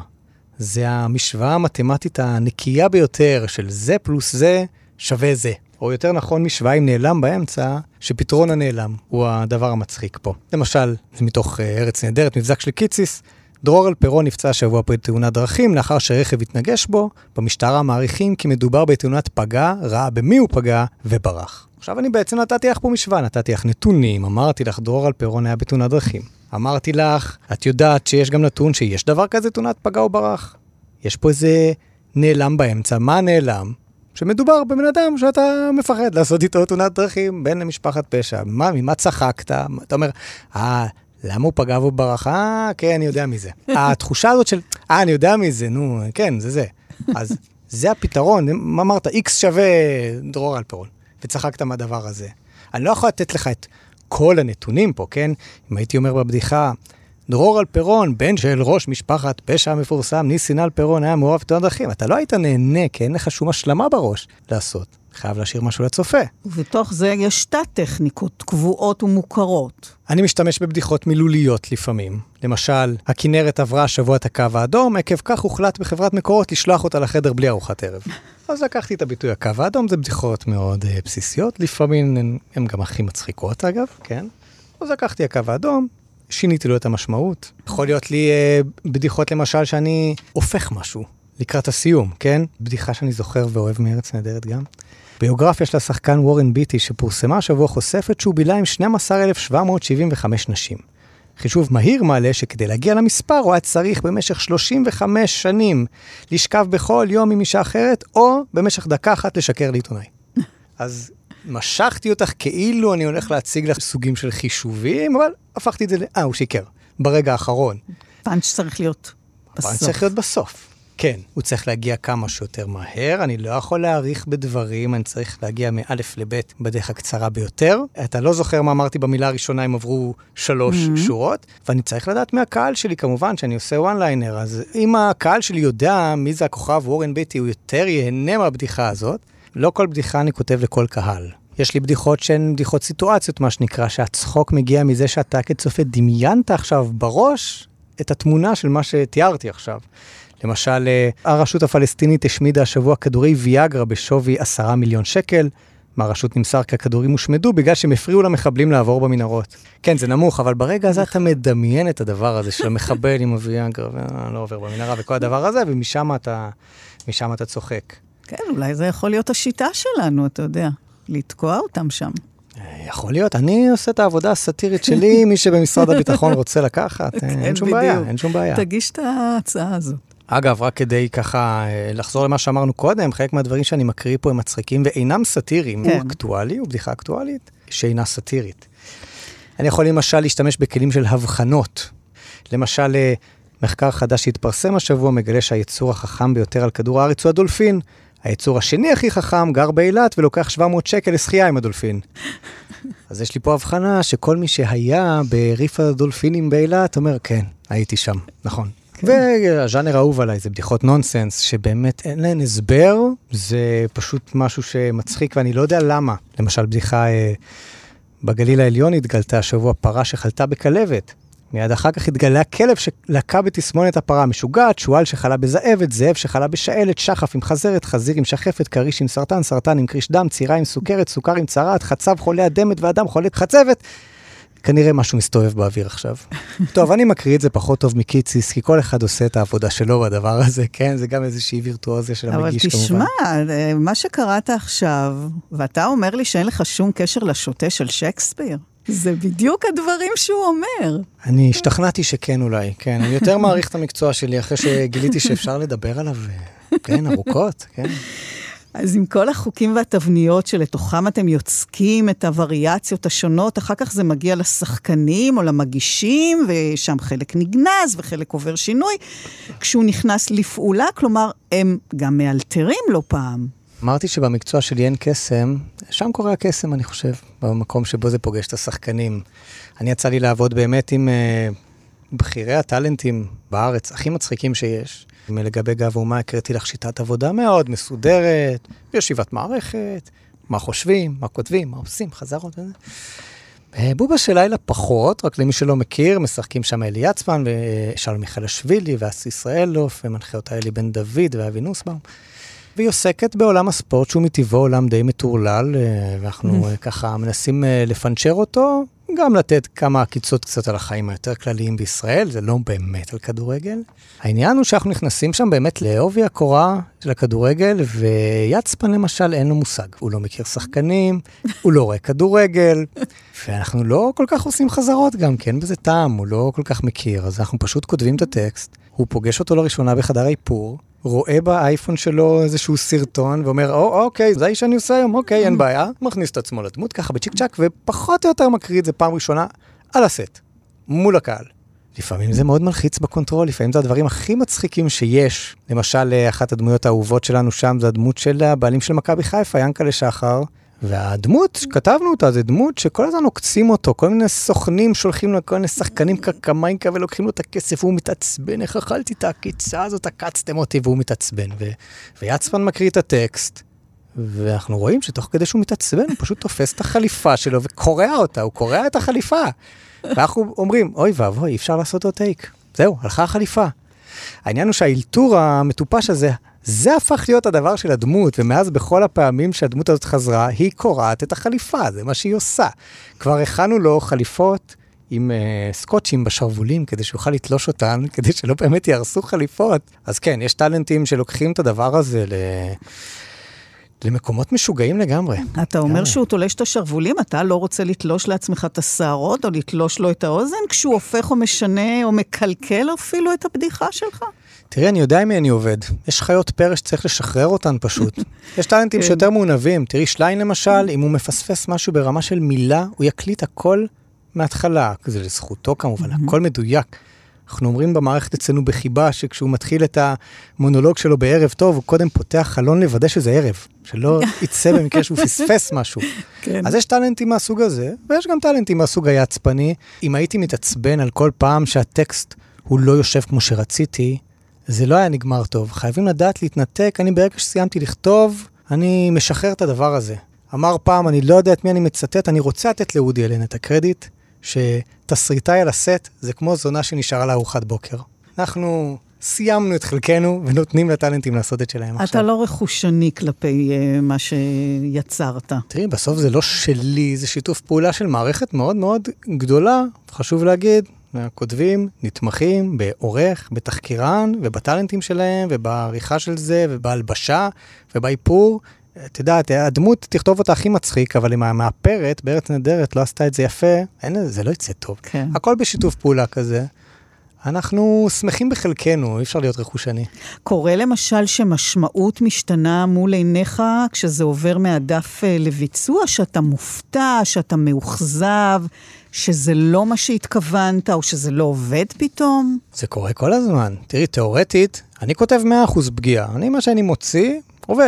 זה המשוואה המתמטית הנקייה ביותר של זה פלוס זה שווה זה. או יותר נכון, משוואה עם נעלם באמצע, שפתרון הנעלם הוא הדבר המצחיק פה. למשל, מתוך ארץ נהדרת, מבזק של קיציס, דרור אלפרון נפצע השבוע בתאונת דרכים, לאחר שרכב התנגש בו, במשטרה מעריכים כי מדובר בתאונת פגע, ראה במי הוא פגע וברח. עכשיו אני בעצם נתתי לך פה משוואה, נתתי לך נתונים, אמרתי לך דרור אלפרון היה בתאונת דרכים. אמרתי לך, את יודעת שיש גם נתון שיש דבר כזה תאונת פגע או ברח. יש פה איזה נעלם באמצע, מה נעלם? שמדובר בבן אדם שאתה מפחד לעשות איתו תאונת דרכים, בין למשפחת פשע. מה, ממה צחקת? אתה אומר, אה, למה הוא פגע והוא ברח? אה, כן, אני יודע מי זה. התחושה הזאת של, אה, אני יודע מי זה, נו, כן, זה זה. אז זה הפתרון, מה אמרת? X שווה דרור אלפרון. וצחקת מהדבר הזה. אני לא יכול לתת לך את כל הנתונים פה, כן? אם הייתי אומר בבדיחה, דרור אלפרון, בן של ראש משפחת פשע מפורסם, ניסים אלפרון היה מעורב בתאונת דרכים. אתה לא היית נהנה, כי אין לך שום השלמה בראש לעשות. חייב להשאיר משהו לצופה. ובתוך זה יש שתי טכניקות קבועות ומוכרות. אני משתמש בבדיחות מילוליות לפעמים. למשל, הכנרת עברה השבוע את הקו האדום, עקב כך הוחלט בחברת מקורות לשלוח אותה לחדר בלי ארוחת ערב. אז לקחתי את הביטוי הקו האדום, זה בדיחות מאוד uh, בסיסיות, לפעמים הן, הן גם הכי מצחיקות אגב, כן? אז לקחתי הקו האדום, שיניתי לו את המשמעות. יכול להיות לי uh, בדיחות למשל שאני הופך משהו לקראת הסיום, כן? בדיחה שאני זוכר ואוהב מארץ נהדרת גם. ביוגרפיה של השחקן וורן ביטי שפורסמה השבוע חושפת שהוא בילה עם שנים עשר אלף שבע מאות שבעים וחמש נשים. חישוב מהיר מעלה שכדי להגיע למספר הוא היה צריך במשך שלושים וחמש שנים לשכב בכל יום עם אישה אחרת, או במשך דקה אחת לשקר לעיתונאי. אז משכתי אותך כאילו אני הולך להציג לך סוגים של חישובים, אבל הפכתי את זה ל... אה, הוא שיקר. ברגע האחרון. פאנץ' צריך להיות בסוף. פאנץ' צריך להיות בסוף. כן, הוא צריך להגיע כמה שיותר מהר, אני לא יכול להעריך בדברים, אני צריך להגיע מאלף לבית בדרך הקצרה ביותר. אתה לא זוכר מה אמרתי במילה הראשונה, אם עברו שלוש mm-hmm. שורות, ואני צריך לדעת מהקהל שלי כמובן, שאני עושה one-liner, אז אם הקהל שלי יודע מי זה הכוכב וורן ביטי, הוא יותר ייהנה מהבדיחה הזאת. לא כל בדיחה אני כותב לכל קהל. יש לי בדיחות שהן בדיחות סיטואציות, מה שנקרא, שהצחוק מגיע מזה שאתה כצופה דמיינת עכשיו בראש את התמונה של מה שתיארתי עכשיו. למשל, הרשות הפלסטינית השמידה השבוע כדורי ויאגרה בשווי עשרה מיליון שקל. מהרשות נמסר כי הכדורים הושמדו בגלל שהם הפריעו למחבלים לעבור במנהרות. כן, זה נמוך, אבל ברגע הזה אתה מדמיין את הדבר הזה של המחבל עם הוויאגרה ולא עובר במנהרה וכל הדבר הזה, ומשם אתה, משם אתה צוחק. כן, אולי זה יכול להיות השיטה שלנו, אתה יודע, לתקוע אותם שם. יכול להיות, אני עושה את העבודה הסאטירית שלי, מי שבמשרד הביטחון רוצה לקחת, אין שום בעיה, אין שום בעיה. תגיש את ההצעה הזאת. אגב, רק כדי ככה לחזור למה שאמרנו קודם, חלק מהדברים שאני מקריא פה הם מצחיקים ואינם סאטיריים, הוא אקטואלי, הוא בדיחה אקטואלית, שאינה סאטירית. אני יכול למשל להשתמש בכלים של הבחנות. למשל, מחקר חדש שהתפרסם השבוע מגלה שהיצור החכם ביותר על כדור הארץ הוא הדולפין. היצור השני הכי חכם גר באילת ולוקח שבע מאות שקל לשחייה עם הדולפין. אז יש לי פה הבחנה שכל מי שהיה בריף הדולפינים באילת אומר, כן, הייתי שם, נכון. והז'אנר האהוב עליי זה בדיחות נונסנס, שבאמת אין להן הסבר, זה פשוט משהו שמצחיק ואני לא יודע למה. למשל בדיחה בגליל העליון התגלתה השבוע פרה שחלתה בכלבת, מיד אחר כך התגלה כלב שלקה בתסמונת הפרה המשוגעת, שועל שחלה בזאבת, זאב שחלה בשאלת, שחף עם חזרת, חזיר עם שחפת, קריש עם סרטן, סרטן עם קריש דם, צירה עם סוכרת, סוכר עם צרעת, חצב חולה אדמת ואדם חולה חצבת. כנראה משהו מסתובב באוויר עכשיו. טוב, אני מקריא את זה פחות טוב מקיציס, כי כל אחד עושה את העבודה שלו בדבר הזה, כן? זה גם איזושהי וירטואוזיה של המגיש כמובן. אבל תשמע, מה שקראת עכשיו, ואתה אומר לי שאין לך שום קשר לשוטה של שייקספיר, זה בדיוק הדברים שהוא אומר. אני השתכנעתי שכן אולי, כן. אני יותר מעריך את המקצוע שלי, אחרי שגיליתי שאפשר לדבר עליו, כן, ארוכות, כן. אז עם כל החוקים והתבניות שלתוכם אתם יוצקים את הווריאציות השונות, אחר כך זה מגיע לשחקנים או למגישים, ושם חלק נגנז וחלק עובר שינוי. כשהוא נכנס לפעולה, כלומר, הם גם מאלתרים לא פעם. אמרתי שבמקצוע שלי אין קסם, שם קורה הקסם אני חושב, במקום שבו זה פוגש את השחקנים. אני יצא לי לעבוד באמת עם uh, בחירי הטלנטים בארץ, הכי מצחיקים שיש. לגבי גב ואומה הקראתי לך שיטת עבודה מאוד מסודרת, בישיבת מערכת, מה חושבים, מה כותבים, מה עושים, חזרות וזה. בובה של לילה פחות, רק למי שלא מכיר, משחקים שם אלי יצפן ושלום מיכאלשווילי ואסי ישראלוף ומנחה אותה אלי בן דוד ואבי נוסבאום. והיא עוסקת בעולם הספורט שהוא מטבעו עולם די מטורלל, ואנחנו ככה מנסים לפנצ'ר אותו, גם לתת כמה עקיצות קצת על החיים היותר כלליים בישראל, זה לא באמת על כדורגל. העניין הוא שאנחנו נכנסים שם באמת לעובי הקורה של הכדורגל, ויצפן למשל אין לו מושג. הוא לא מכיר שחקנים, הוא לא רואה כדורגל, ואנחנו לא כל כך עושים חזרות גם, כן בזה טעם, הוא לא כל כך מכיר, אז אנחנו פשוט כותבים את הטקסט, הוא פוגש אותו לראשונה בחדר האיפור, רואה באייפון שלו איזשהו סרטון, ואומר, או, אוקיי, זה שאני עושה היום, אוקיי, אין בעיה. מכניס את עצמו לדמות, ככה בצ'יק צ'ק, ופחות או יותר מקריא את זה פעם ראשונה על הסט, מול הקהל. לפעמים זה מאוד מלחיץ בקונטרול, לפעמים זה הדברים הכי מצחיקים שיש. למשל, אחת הדמויות האהובות שלנו שם, זה הדמות של הבעלים של מכבי חיפה, ינקלה שחר, והדמות שכתבנו אותה, זה דמות שכל הזמן עוקצים אותו, כל מיני סוכנים שולחים לו כל מיני שחקנים קקמיינקה ולוקחים לו את הכסף, והוא מתעצבן, איך אכלתי את העקיצה הזאת, עקצתם אותי, והוא מתעצבן. ו... ויצפן מקריא את הטקסט, ואנחנו רואים שתוך כדי שהוא מתעצבן, הוא פשוט תופס את החליפה שלו וקורע אותה, הוא קורע את החליפה. ואנחנו אומרים, אוי ואבוי, אי אפשר לעשות אותו טייק. זהו, הלכה החליפה. העניין הוא שהאילתור המטופש הזה, זה הפך להיות הדבר של הדמות, ומאז בכל הפעמים שהדמות הזאת חזרה, היא קורעת את החליפה, זה מה שהיא עושה. כבר הכנו לו חליפות עם uh, סקוטשים בשרבולים, כדי שיוכל לתלוש אותן, כדי שלא באמת ירסו חליפות. אז כן, יש טלנטים שלוקחים את הדבר הזה ל... למקומות משוגעים לגמרי. אתה אומר שהוא תולש את השרבולים, אתה לא רוצה לתלוש לעצמך את השערות, או לתלוש לו את האוזן, כשהוא הופך או משנה, או מקלקל אפילו את הבדיחה שלך? תראי, אני יודע מי אני עובד. יש חיות פרש שצריך לשחרר אותן פשוט. יש טלנטים שיותר מעונבים. תראי, שליין למשל, אם הוא מפספס משהו ברמה של מילה, הוא יקליט הכל מההתחלה. זה לזכותו כמובן, הכל מדויק. אנחנו אומרים במערכת אצלנו בחיבה, שכשהוא מתחיל את המונולוג שלו בערב טוב, הוא קודם פותח חלון לוודא שזה ערב, שלא יצא במקרה שהוא פספס משהו. כן. אז יש טלנטים מהסוג הזה, ויש גם טלנטים מהסוג היצפני. אם הייתי מתעצבן על כל פעם שהטקסט הוא לא יושב כמו שרציתי, זה לא היה נגמר טוב. חייבים לדעת להתנתק. אני ברגע שסיימתי לכתוב, אני משחרר את הדבר הזה. אמר פעם, אני לא יודע את מי אני מצטט, אני רוצה לתת לאודי אלן את הקרדיט, שתסריטאי על הסט זה כמו זונה שנשארה לארוחת בוקר. אנחנו סיימנו את חלקנו ונותנים לטלנטים לעשות את שלהם עכשיו. אתה לא רכושני כלפי uh, מה שיצרת. תראי, בסוף זה לא שלי, זה שיתוף פעולה של מערכת מאוד מאוד גדולה, חשוב להגיד. הכותבים נתמכים בעורך, בתחקירן ובטלנטים שלהם ובעריכה של זה ובהלבשה ובאיפור. אתה יודע, הדמות תכתוב אותה הכי מצחיק, אבל אם המאפרת בארץ נהדרת לא עשתה את זה יפה, אין, זה לא יצא טוב. כן. הכל בשיתוף פעולה כזה. אנחנו שמחים בחלקנו, אי אפשר להיות רכושני. קורה למשל שמשמעות משתנה מול עיניך, כשזה עובר מהדף לביצוע, שאתה מופתע, שאתה מאוכזב, שזה לא מה שהתכוונת, או שזה לא עובד פתאום? זה קורה כל הזמן. תראי, תיאורטית, אני כותב מאה אחוז פגיעה. אני, מה שאני מוציא, עובד.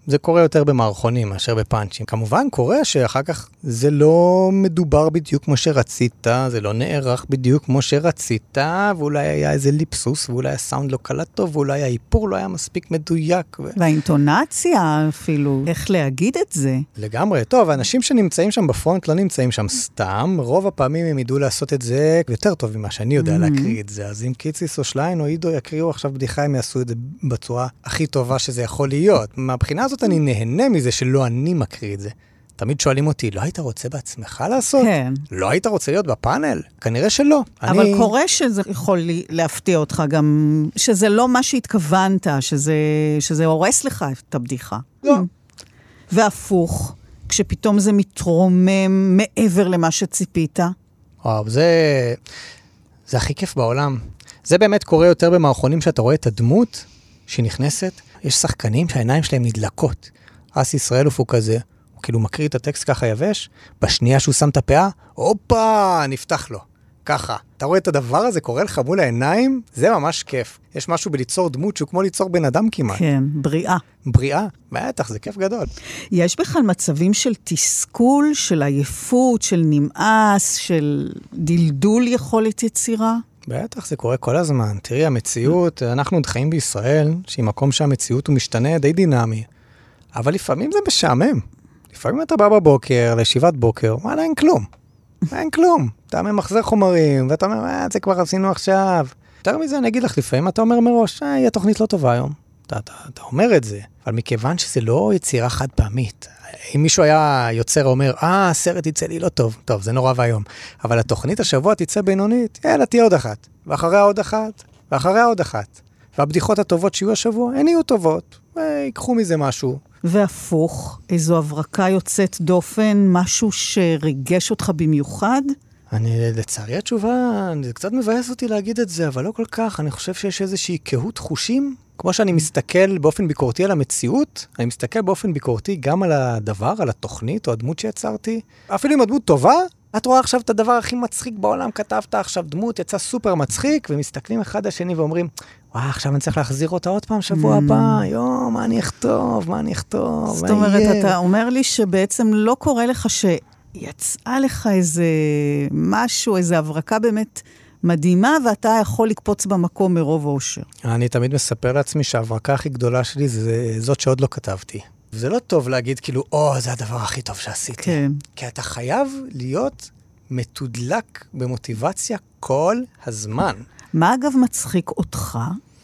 זה קורה יותר במערכונים מאשר בפאנצ'ים. כמובן קורה שאחר כך זה לא מדובר בדיוק כמו שרצית, זה לא נערך בדיוק כמו שרצית, ואולי היה איזה ליפסוס, ואולי הסאונד לא קלט טוב, ואולי האיפור לא היה מספיק מדויק. ו... והאינטונציה אפילו, איך להגיד את זה? לגמרי, טוב, האנשים שנמצאים שם בפרונט לא נמצאים שם סתם, רוב הפעמים הם ידעו לעשות את זה יותר טוב ממה שאני יודע mm-hmm. להקריא את זה, אז אם קיציס או שליין או עידו יקריאו עכשיו בדיחה, הם יעשו את זה בצורה הכי טובה שזה יכול להיות. מהבחינה הזאת אני נהנה מזה שלא אני מקריא את זה. תמיד שואלים אותי, לא היית רוצה בעצמך לעשות? כן. לא היית רוצה להיות בפאנל? כנראה שלא. אבל אני... קורה שזה יכול להפתיע אותך גם, שזה לא מה שהתכוונת, שזה, שזה הורס לך את הבדיחה. לא. והפוך, כשפתאום זה מתרומם מעבר למה שציפית. וואו, זה, זה הכי כיף בעולם. זה באמת קורה יותר במערכונים שאתה רואה את הדמות שנכנסת. יש שחקנים שהעיניים שלהם נדלקות. אס ישראל הוא כזה, הוא כאילו מקריא את הטקסט ככה יבש, בשנייה שהוא שם את הפאה, הופה, נפתח לו. ככה. אתה רואה את הדבר הזה קורה לך מול העיניים, זה ממש כיף. יש משהו בליצור דמות שהוא כמו ליצור בן אדם כמעט. כן, בריאה. בריאה? בטח, זה כיף גדול. יש בכלל מצבים של תסכול, של עייפות, של נמאס, של דלדול יכולת יצירה? בטח, זה קורה כל הזמן. תראי, המציאות, אנחנו עוד חיים בישראל, שהיא מקום שהמציאות הוא משתנה די דינמי. אבל לפעמים זה משעמם. לפעמים אתה בא בבוקר, לישיבת בוקר, וואלה, אין כלום. אין כלום. אתה ממחזר חומרים, ואתה אומר, אה, זה כבר עשינו עכשיו. יותר מזה, אני אגיד לך, לפעמים אתה אומר מראש, אה, היא התוכנית לא טובה היום. אתה, אתה, אתה אומר את זה. אבל מכיוון שזה לא יצירה חד פעמית, אם מישהו היה יוצר אומר, אה, הסרט יצא לי לא טוב. טוב, זה נורא והיום. אבל התוכנית השבוע תצא בינונית, יאללה, תהיה עוד אחת. ואחריה עוד אחת, ואחריה עוד אחת. והבדיחות הטובות שיהיו השבוע, הן יהיו טובות. ויקחו מזה משהו. והפוך, איזו הברקה יוצאת דופן, משהו שריגש אותך במיוחד? אני, לצערי התשובה, זה קצת מבאס אותי להגיד את זה, אבל לא כל כך. אני חושב שיש איזושהי קהות חושים. כמו שאני מסתכל באופן ביקורתי על המציאות, אני מסתכל באופן ביקורתי גם על הדבר, על התוכנית או הדמות שיצרתי. אפילו אם הדמות טובה, את רואה עכשיו את הדבר הכי מצחיק בעולם, כתבת עכשיו דמות, יצא סופר מצחיק, ומסתכלים אחד השני ואומרים, וואו, עכשיו אני צריך להחזיר אותה עוד פעם שבוע הבא, יו, מה אני אכתוב, מה אני אכתוב, זאת אומרת, אתה אומר לי שבעצם לא קורה לך שיצאה לך איזה משהו, איזה הברקה באמת מדהימה, ואתה יכול לקפוץ במקום מרוב אושר. אני תמיד מספר לעצמי שההברקה הכי גדולה שלי זה זאת שעוד לא כתבתי. וזה לא טוב להגיד כאילו, או, זה הדבר הכי טוב שעשיתי. כן. כי אתה חייב להיות מתודלק במוטיבציה כל הזמן. מה אגב מצחיק אותך?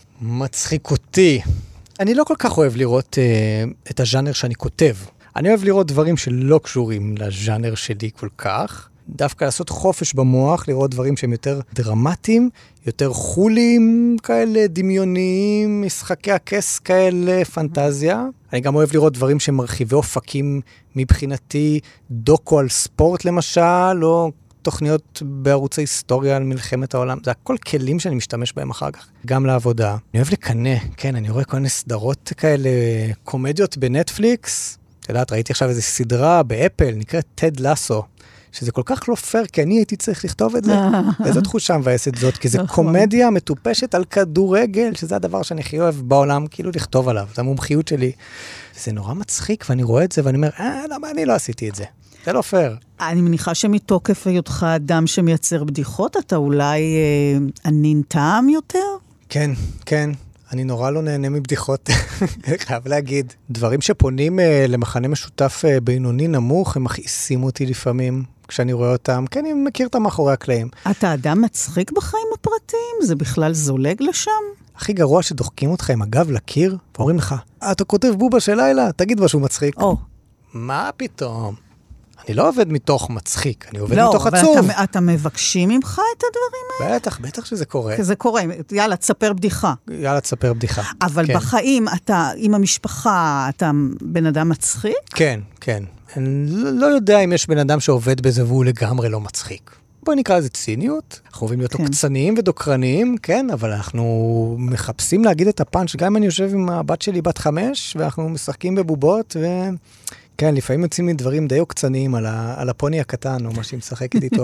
מצחיק אותי. אני לא כל כך אוהב לראות אה, את הז'אנר שאני כותב. אני אוהב לראות דברים שלא קשורים לז'אנר שלי כל כך. דווקא לעשות חופש במוח, לראות דברים שהם יותר דרמטיים, יותר חולים כאלה, דמיוניים, משחקי הכס כאלה, פנטזיה. אני גם אוהב לראות דברים שמרחיבי אופקים מבחינתי, דוקו על ספורט למשל, או תוכניות בערוצי היסטוריה על מלחמת העולם. זה הכל כלים שאני משתמש בהם אחר כך, גם לעבודה. אני אוהב לקנה, כן, אני רואה כל מיני סדרות כאלה, קומדיות בנטפליקס. את יודעת, ראיתי עכשיו איזו סדרה באפל, נקראת טד לסו. שזה כל כך לא פייר, כי אני הייתי צריך לכתוב את זה. איזו תחושה מבאסת זאת, כי זה קומדיה מטופשת על כדורגל, שזה הדבר שאני הכי אוהב בעולם, כאילו לכתוב עליו, זה המומחיות שלי. זה נורא מצחיק, ואני רואה את זה, ואני אומר, אה, למה אני לא עשיתי את זה? זה לא פייר. אני מניחה שמתוקף היותך אדם שמייצר בדיחות, אתה אולי אה, ענין טעם יותר? כן, כן. אני נורא לא נהנה מבדיחות, חייב להגיד. דברים שפונים uh, למחנה משותף uh, בינוני נמוך, הם מכעיסים אותי לפעמים, כשאני רואה אותם, כן, אני מכיר אותם מאחורי הקלעים. אתה אדם מצחיק בחיים הפרטיים? זה בכלל זולג לשם? הכי גרוע שדוחקים אותך עם הגב לקיר, ואומרים לך, אתה כותב בובה של לילה, תגיד משהו מצחיק. או. מה פתאום? אני לא עובד מתוך מצחיק, אני עובד לא, מתוך עצוב. לא, אבל אתה, אתה מבקשים ממך את הדברים האלה? בטח, בטח שזה קורה. זה קורה, יאללה, תספר בדיחה. יאללה, תספר בדיחה. אבל כן. בחיים, אתה, עם המשפחה, אתה בן אדם מצחיק? כן, כן. אני לא יודע אם יש בן אדם שעובד בזה והוא לגמרי לא מצחיק. בואי נקרא לזה ציניות. אנחנו אוהבים להיות כן. עוקצניים ודוקרניים, כן, אבל אנחנו מחפשים להגיד את הפאנץ' גם אם אני יושב עם הבת שלי בת חמש, ואנחנו משחקים בבובות, ו... כן, לפעמים יוצאים לי דברים די עוקצניים על, ה, על הפוני הקטן, או מה שהיא משחקת איתו.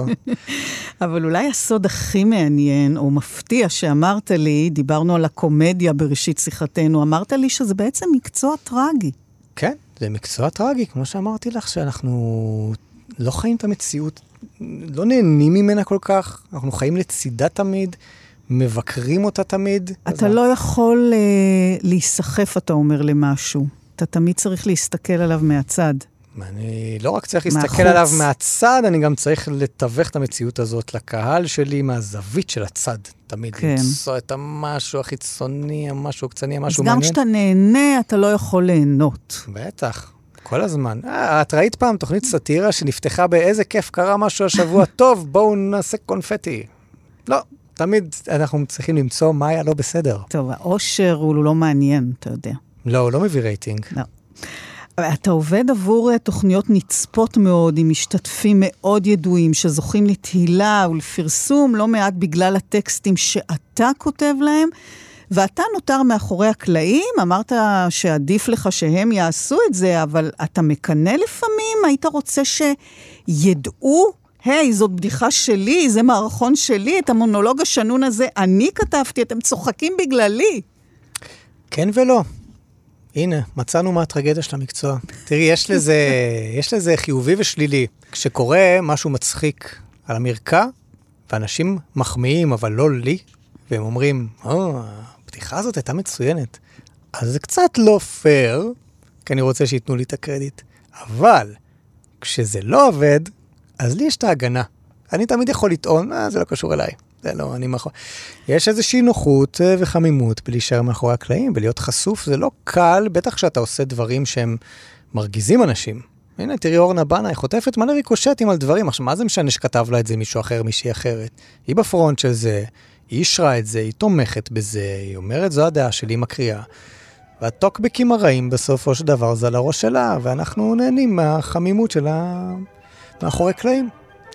אבל אולי הסוד הכי מעניין, או מפתיע שאמרת לי, דיברנו על הקומדיה בראשית שיחתנו, אמרת לי שזה בעצם מקצוע טרגי. כן, זה מקצוע טרגי, כמו שאמרתי לך, שאנחנו לא חיים את המציאות, לא נהנים ממנה כל כך, אנחנו חיים לצידה תמיד, מבקרים אותה תמיד. אתה לא יכול uh, להיסחף, אתה אומר, למשהו. אתה תמיד צריך להסתכל עליו מהצד. אני לא רק צריך להסתכל עליו מהצד, אני גם צריך לתווך את המציאות הזאת לקהל שלי, מהזווית של הצד. תמיד למצוא את המשהו החיצוני, המשהו הקצני, המשהו מעניין. אז גם כשאתה נהנה, אתה לא יכול ליהנות. בטח, כל הזמן. אה, את ראית פעם תוכנית סאטירה שנפתחה באיזה כיף קרה משהו השבוע, טוב, בואו נעשה קונפטי. לא, תמיד אנחנו צריכים למצוא מה היה לא בסדר. טוב, האושר הוא לא מעניין, אתה יודע. לא, הוא לא מביא רייטינג. לא. אתה עובד עבור תוכניות נצפות מאוד, עם משתתפים מאוד ידועים, שזוכים לתהילה ולפרסום, לא מעט בגלל הטקסטים שאתה כותב להם, ואתה נותר מאחורי הקלעים, אמרת שעדיף לך שהם יעשו את זה, אבל אתה מקנה לפעמים, היית רוצה שידעו, היי, זאת בדיחה שלי, זה מערכון שלי, את המונולוג השנון הזה אני כתבתי, אתם צוחקים בגללי. כן ולא. הנה, מצאנו מה הטרגדיה של המקצוע. תראי, יש לזה, יש לזה חיובי ושלילי. כשקורה משהו מצחיק על המרקע, ואנשים מחמיאים, אבל לא לי, והם אומרים, או, הפתיחה הזאת הייתה מצוינת. אז זה קצת לא פייר, כי אני רוצה שיתנו לי את הקרדיט. אבל, כשזה לא עובד, אז לי יש את ההגנה. אני תמיד יכול לטעון, אה, זה לא קשור אליי. זה לא, אני מאחור. יש איזושהי נוחות וחמימות בלהישאר מאחורי הקלעים, ולהיות חשוף, זה לא קל, בטח שאתה עושה דברים שהם מרגיזים אנשים. הנה, תראי אורנה בנה, היא חוטפת מלא ריקושטים על דברים. עכשיו, מה זה משנה שכתב לה את זה מישהו אחר, מישהי אחרת? היא בפרונט של זה, היא אישרה את זה, היא תומכת בזה, היא אומרת, זו הדעה שלי, היא מקריאה. והטוקבקים הרעים בסופו של דבר זה על הראש שלה, ואנחנו נהנים מהחמימות שלה מאחורי קלעים.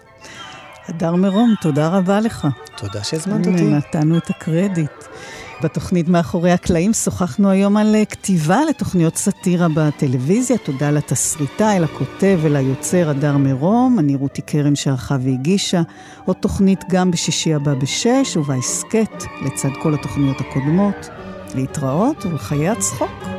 הדר מרום, תודה רבה לך. תודה שהזמנת אותי. נתנו את הקרדיט. בתוכנית מאחורי הקלעים שוחחנו היום על כתיבה לתוכניות סאטירה בטלוויזיה. תודה לתסריטאי, לכותב וליוצר הדר מרום. אני רותי קרן שערכה והגישה. עוד תוכנית גם בשישי הבא בשש, ובהסקט לצד כל התוכניות הקודמות. להתראות ולחיי הצחוק.